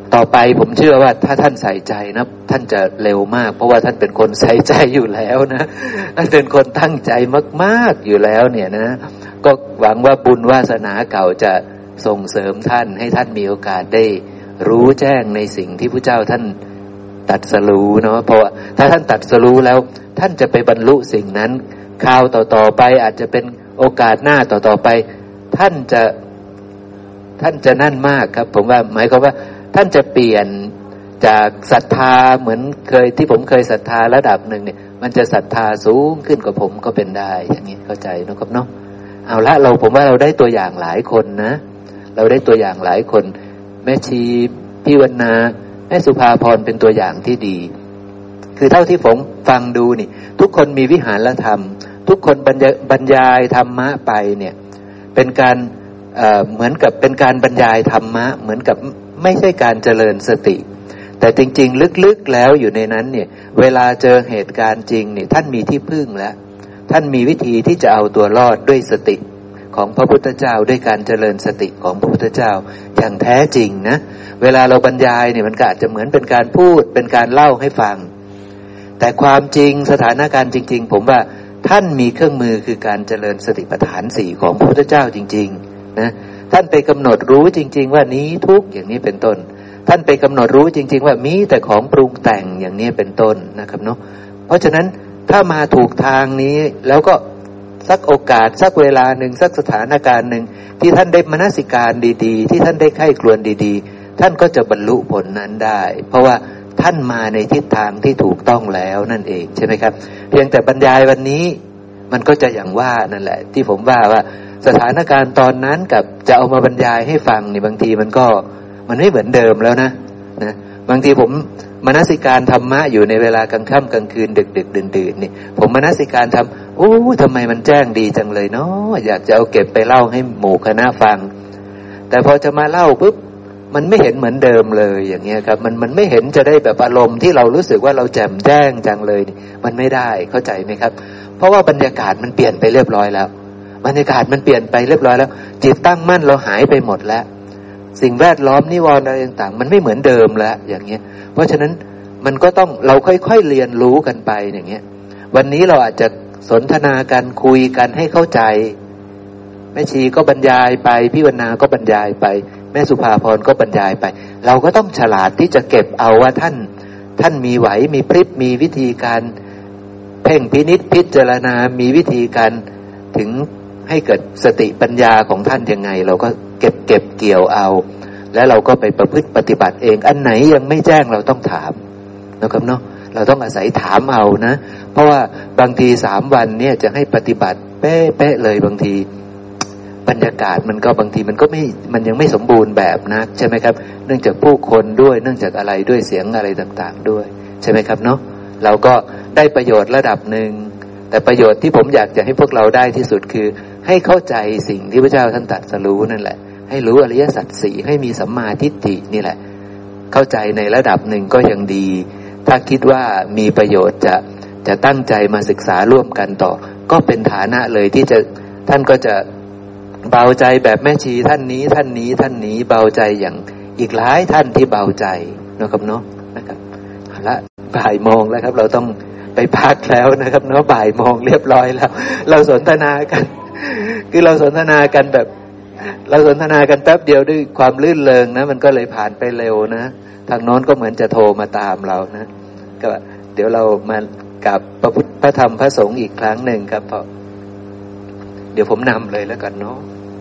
ต่อไปผมเชื่อว่าถ้าท่านใส่ใจนะท่านจะเร็วมากเพราะว่าท่านเป็นคนใส่ใจอยู่แล้วนะท่านเป็นคนตั้งใจมากๆอยู่แล้วเนี่ยนะก็หวังว่าบุญวาสนาเก่าจะส่งเสริมท่านให้ท่านมีโอกาสได้รู้แจ้งในสิ่งที่พระเจ้าท่านตรัสรู้เนาะเพราะว่าถ้าท่านตรัสรู้แล้วท่านจะไปบรรลุสิ่งนั้นคราวต่อๆไปอาจจะเป็นโอกาสหน้าต่อๆไปท่านจะนั่นมากครับผมว่าหมายความว่าท่านจะเปลี่ยนจากศรัทธาเหมือนที่ผมเคยศรัทธาระดับหนึ่งเนี่ยมันจะศรัทธาสูงขึ้นกว่าผมก็เป็นได้อย่างนี้เข้าใจนะครับเนาะเอาละผมว่าเราได้ตัวอย่างหลายคนนะเราได้ตัวอย่างหลายคนแม่ชีพี่วรรณาแม่สุภาพรเป็นตัวอย่างที่ดีคือเท่าที่ผมฟังดูนี่ทุกคนมีวิหารธรรมทุกคนบรรยายธรรมะไปเนี่ยเป็นการเหมือนกับเป็นการบรรยายธรรมะเหมือนกับไม่ใช่การเจริญสติแต่จริงๆลึกๆแล้วอยู่ในนั้นเนี่ยเวลาเจอเหตุการณ์จริงเนี่ยท่านมีที่พึ่งแล้วท่านมีวิธีที่จะเอาตัวรอดด้วยสติของพระพุทธเจ้าด้วยการเจริญสติของพระพุทธเจ้าอย่างแท้จริงนะเวลาเราบรรยายเนี่ยมันก็อาจจะเหมือนเป็นการพูดเป็นการเล่าให้ฟังแต่ความจริงสถานการณ์จริงๆผมว่าท่านมีเครื่องมือคือการเจริญสติปัฏฐาน4ของพระพุทธเจ้าจริงๆนะท่านไปกำหนดรู้จริงๆว่านี้ทุกอย่างนี้เป็นต้นท่านไปกำหนดรู้จริงๆว่ามีแต่ของปรุงแต่งอย่างนี้เป็นต้นนะครับเนาะเพราะฉะนั้นถ้ามาถูกทางนี้แล้วก็สักโอกาสสักเวลาหนึ่งสักสถานการณ์หนึ่งที่ท่านได้มนสิการดีๆที่ท่านได้ใคร่ครวญดีๆท่านก็จะบรรลุผลนั้นได้เพราะว่าท่านมาในทิศทางที่ถูกต้องแล้วนั่นเองใช่ไหมครับเพียงแต่บรรยายวันนี้มันก็จะอย่างว่านั่นแหละที่ผมว่าสถานการณ์ตอนนั้นกับจะเอามาบรรยายให้ฟังนี่บางทีมันไม่เหมือนเดิมแล้วนะบางทีผมมนสิการธรรมะอยู่ในเวลากลางค่ำกลางคืนดึกๆดื่นๆนี่ผมมนสิการทำไมมันแจ้งดีจังเลยเนาะอยากจะเอาเก็บไปเล่าให้หมู่คณะฟังแต่พอจะมาเล่าปุ๊บมันไม่เห็นเหมือนเดิมเลยอย่างเงี้ยครับมันไม่เห็นจะได้แบบอารมณ์ที่เรารู้สึกว่าเราแจ่มแจ้งจังเลยมันไม่ได้เข้าใจไหมครับเพราะว่าบรรยากาศมันเปลี่ยนไปเรียบร้อยแล้วบรรยากาศมันเปลี่ยนไปเรียบร้อยแล้วจิตตั้งมั่นเราหายไปหมดแล้วสิ่งแวดล้อมนิวรณ์อะไรต่างๆมันไม่เหมือนเดิมแล้วอย่างเงี้ยเพราะฉะนั้นมันก็ต้องเราค่อยๆเรียนรู้กันไปอย่างเงี้ยวันนี้เราอาจจะสนทนากันคุยกันให้เข้าใจแม่ชีก็บรรยายไปพี่วรรณาก็บรรยายไปแม่สุภาพรก็บรรยายไปเราก็ต้องฉลาดที่จะเก็บเอาว่าท่านมีไหวมีพริบมีวิธีการเพ่งพินิจพิจารณามีวิธีการถึงให้เกิดสติปัญญาของท่านยังไงเราก็เก็บเกี่ยวเอาแล้วเราก็ไปประพฤติปฏิบัติเองอันไหนยังไม่แจ้งเราต้องถามนะครับเนาะเราต้องอาศัยถามเอานะเพราะว่าบางที3 วันเนี่ยจะให้ปฏิบัติเป๊ะเลยบางทีบรรยากาศมันก็บางทีมันยังไม่สมบูรณ์แบบนะใช่ไหมครับเนื่องจากผู้คนด้วยเนื่องจากอะไรด้วยเสียงอะไรต่างๆด้วยใช่ไหมครับเนาะเราก็ได้ประโยชน์ระดับหนึ่งแต่ประโยชน์ที่ผมอยากจะให้พวกเราได้ที่สุดคือให้เข้าใจสิ่งที่พระเจ้าท่านตรัสรู้นั่นแหละให้รู้อริยสัจ4ให้มีสัมมาทิฏฐินี่แหละเข้าใจในระดับหนึ่งก็ยังดีถ้าคิดว่ามีประโยชน์จะตั้งใจมาศึกษาร่วมกันต่อก็เป็นฐานะเลยที่ท่านก็จะเบาใจแบบแม่ชีท่านนี้เบาใจอย่างอีกหลายท่านที่เบาใจนะครับเนาะนะครับละบ่ายโมงแล้วครับเราต้องไปพักแล้วนะครับเนาะบ่ายโมงเรียบร้อยแล้วเราสนทนากันคือเราสนทนากันแบบเราสนทนากันแป๊บเดียวด้วยความลื่นเริงนะมันก็เลยผ่านไปเร็วนะทางโน้นก็เหมือนจะโทรมาตามเรานะก็เดี๋ยวเรามากับพระพุทธพระธรรมพระสงฆ์อีกครั้งหนึ่งครับเดี๋ยวผมนำเลยแล้วกันเนาะ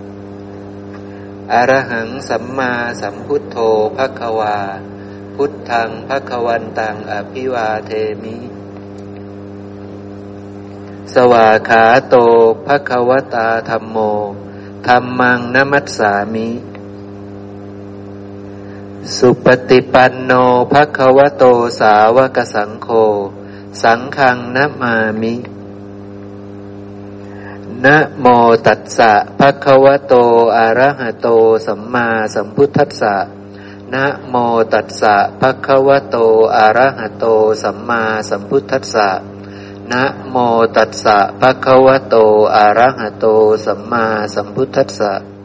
อะระหังสัมมาสัมพุทโธภควาพุทธังภควันตังอภิวาเทมิสวาขาโตภควตาธัมโมธัมมังนัมมัสสามิสุปฏิปันโนภควโตสาวกสังโฆสังฆังนะมามินะโมตัสสะภะคะวะโตอะระหะโตสัมมาสัมพุทธัสสะนะโมตัสสะภะคะวะโตอะระหะโตสัมมาสัมพุทธัสสะนะโมตัสสะภะคะวะโตอะระหะโตสัมมาสัมพุทธัสสะ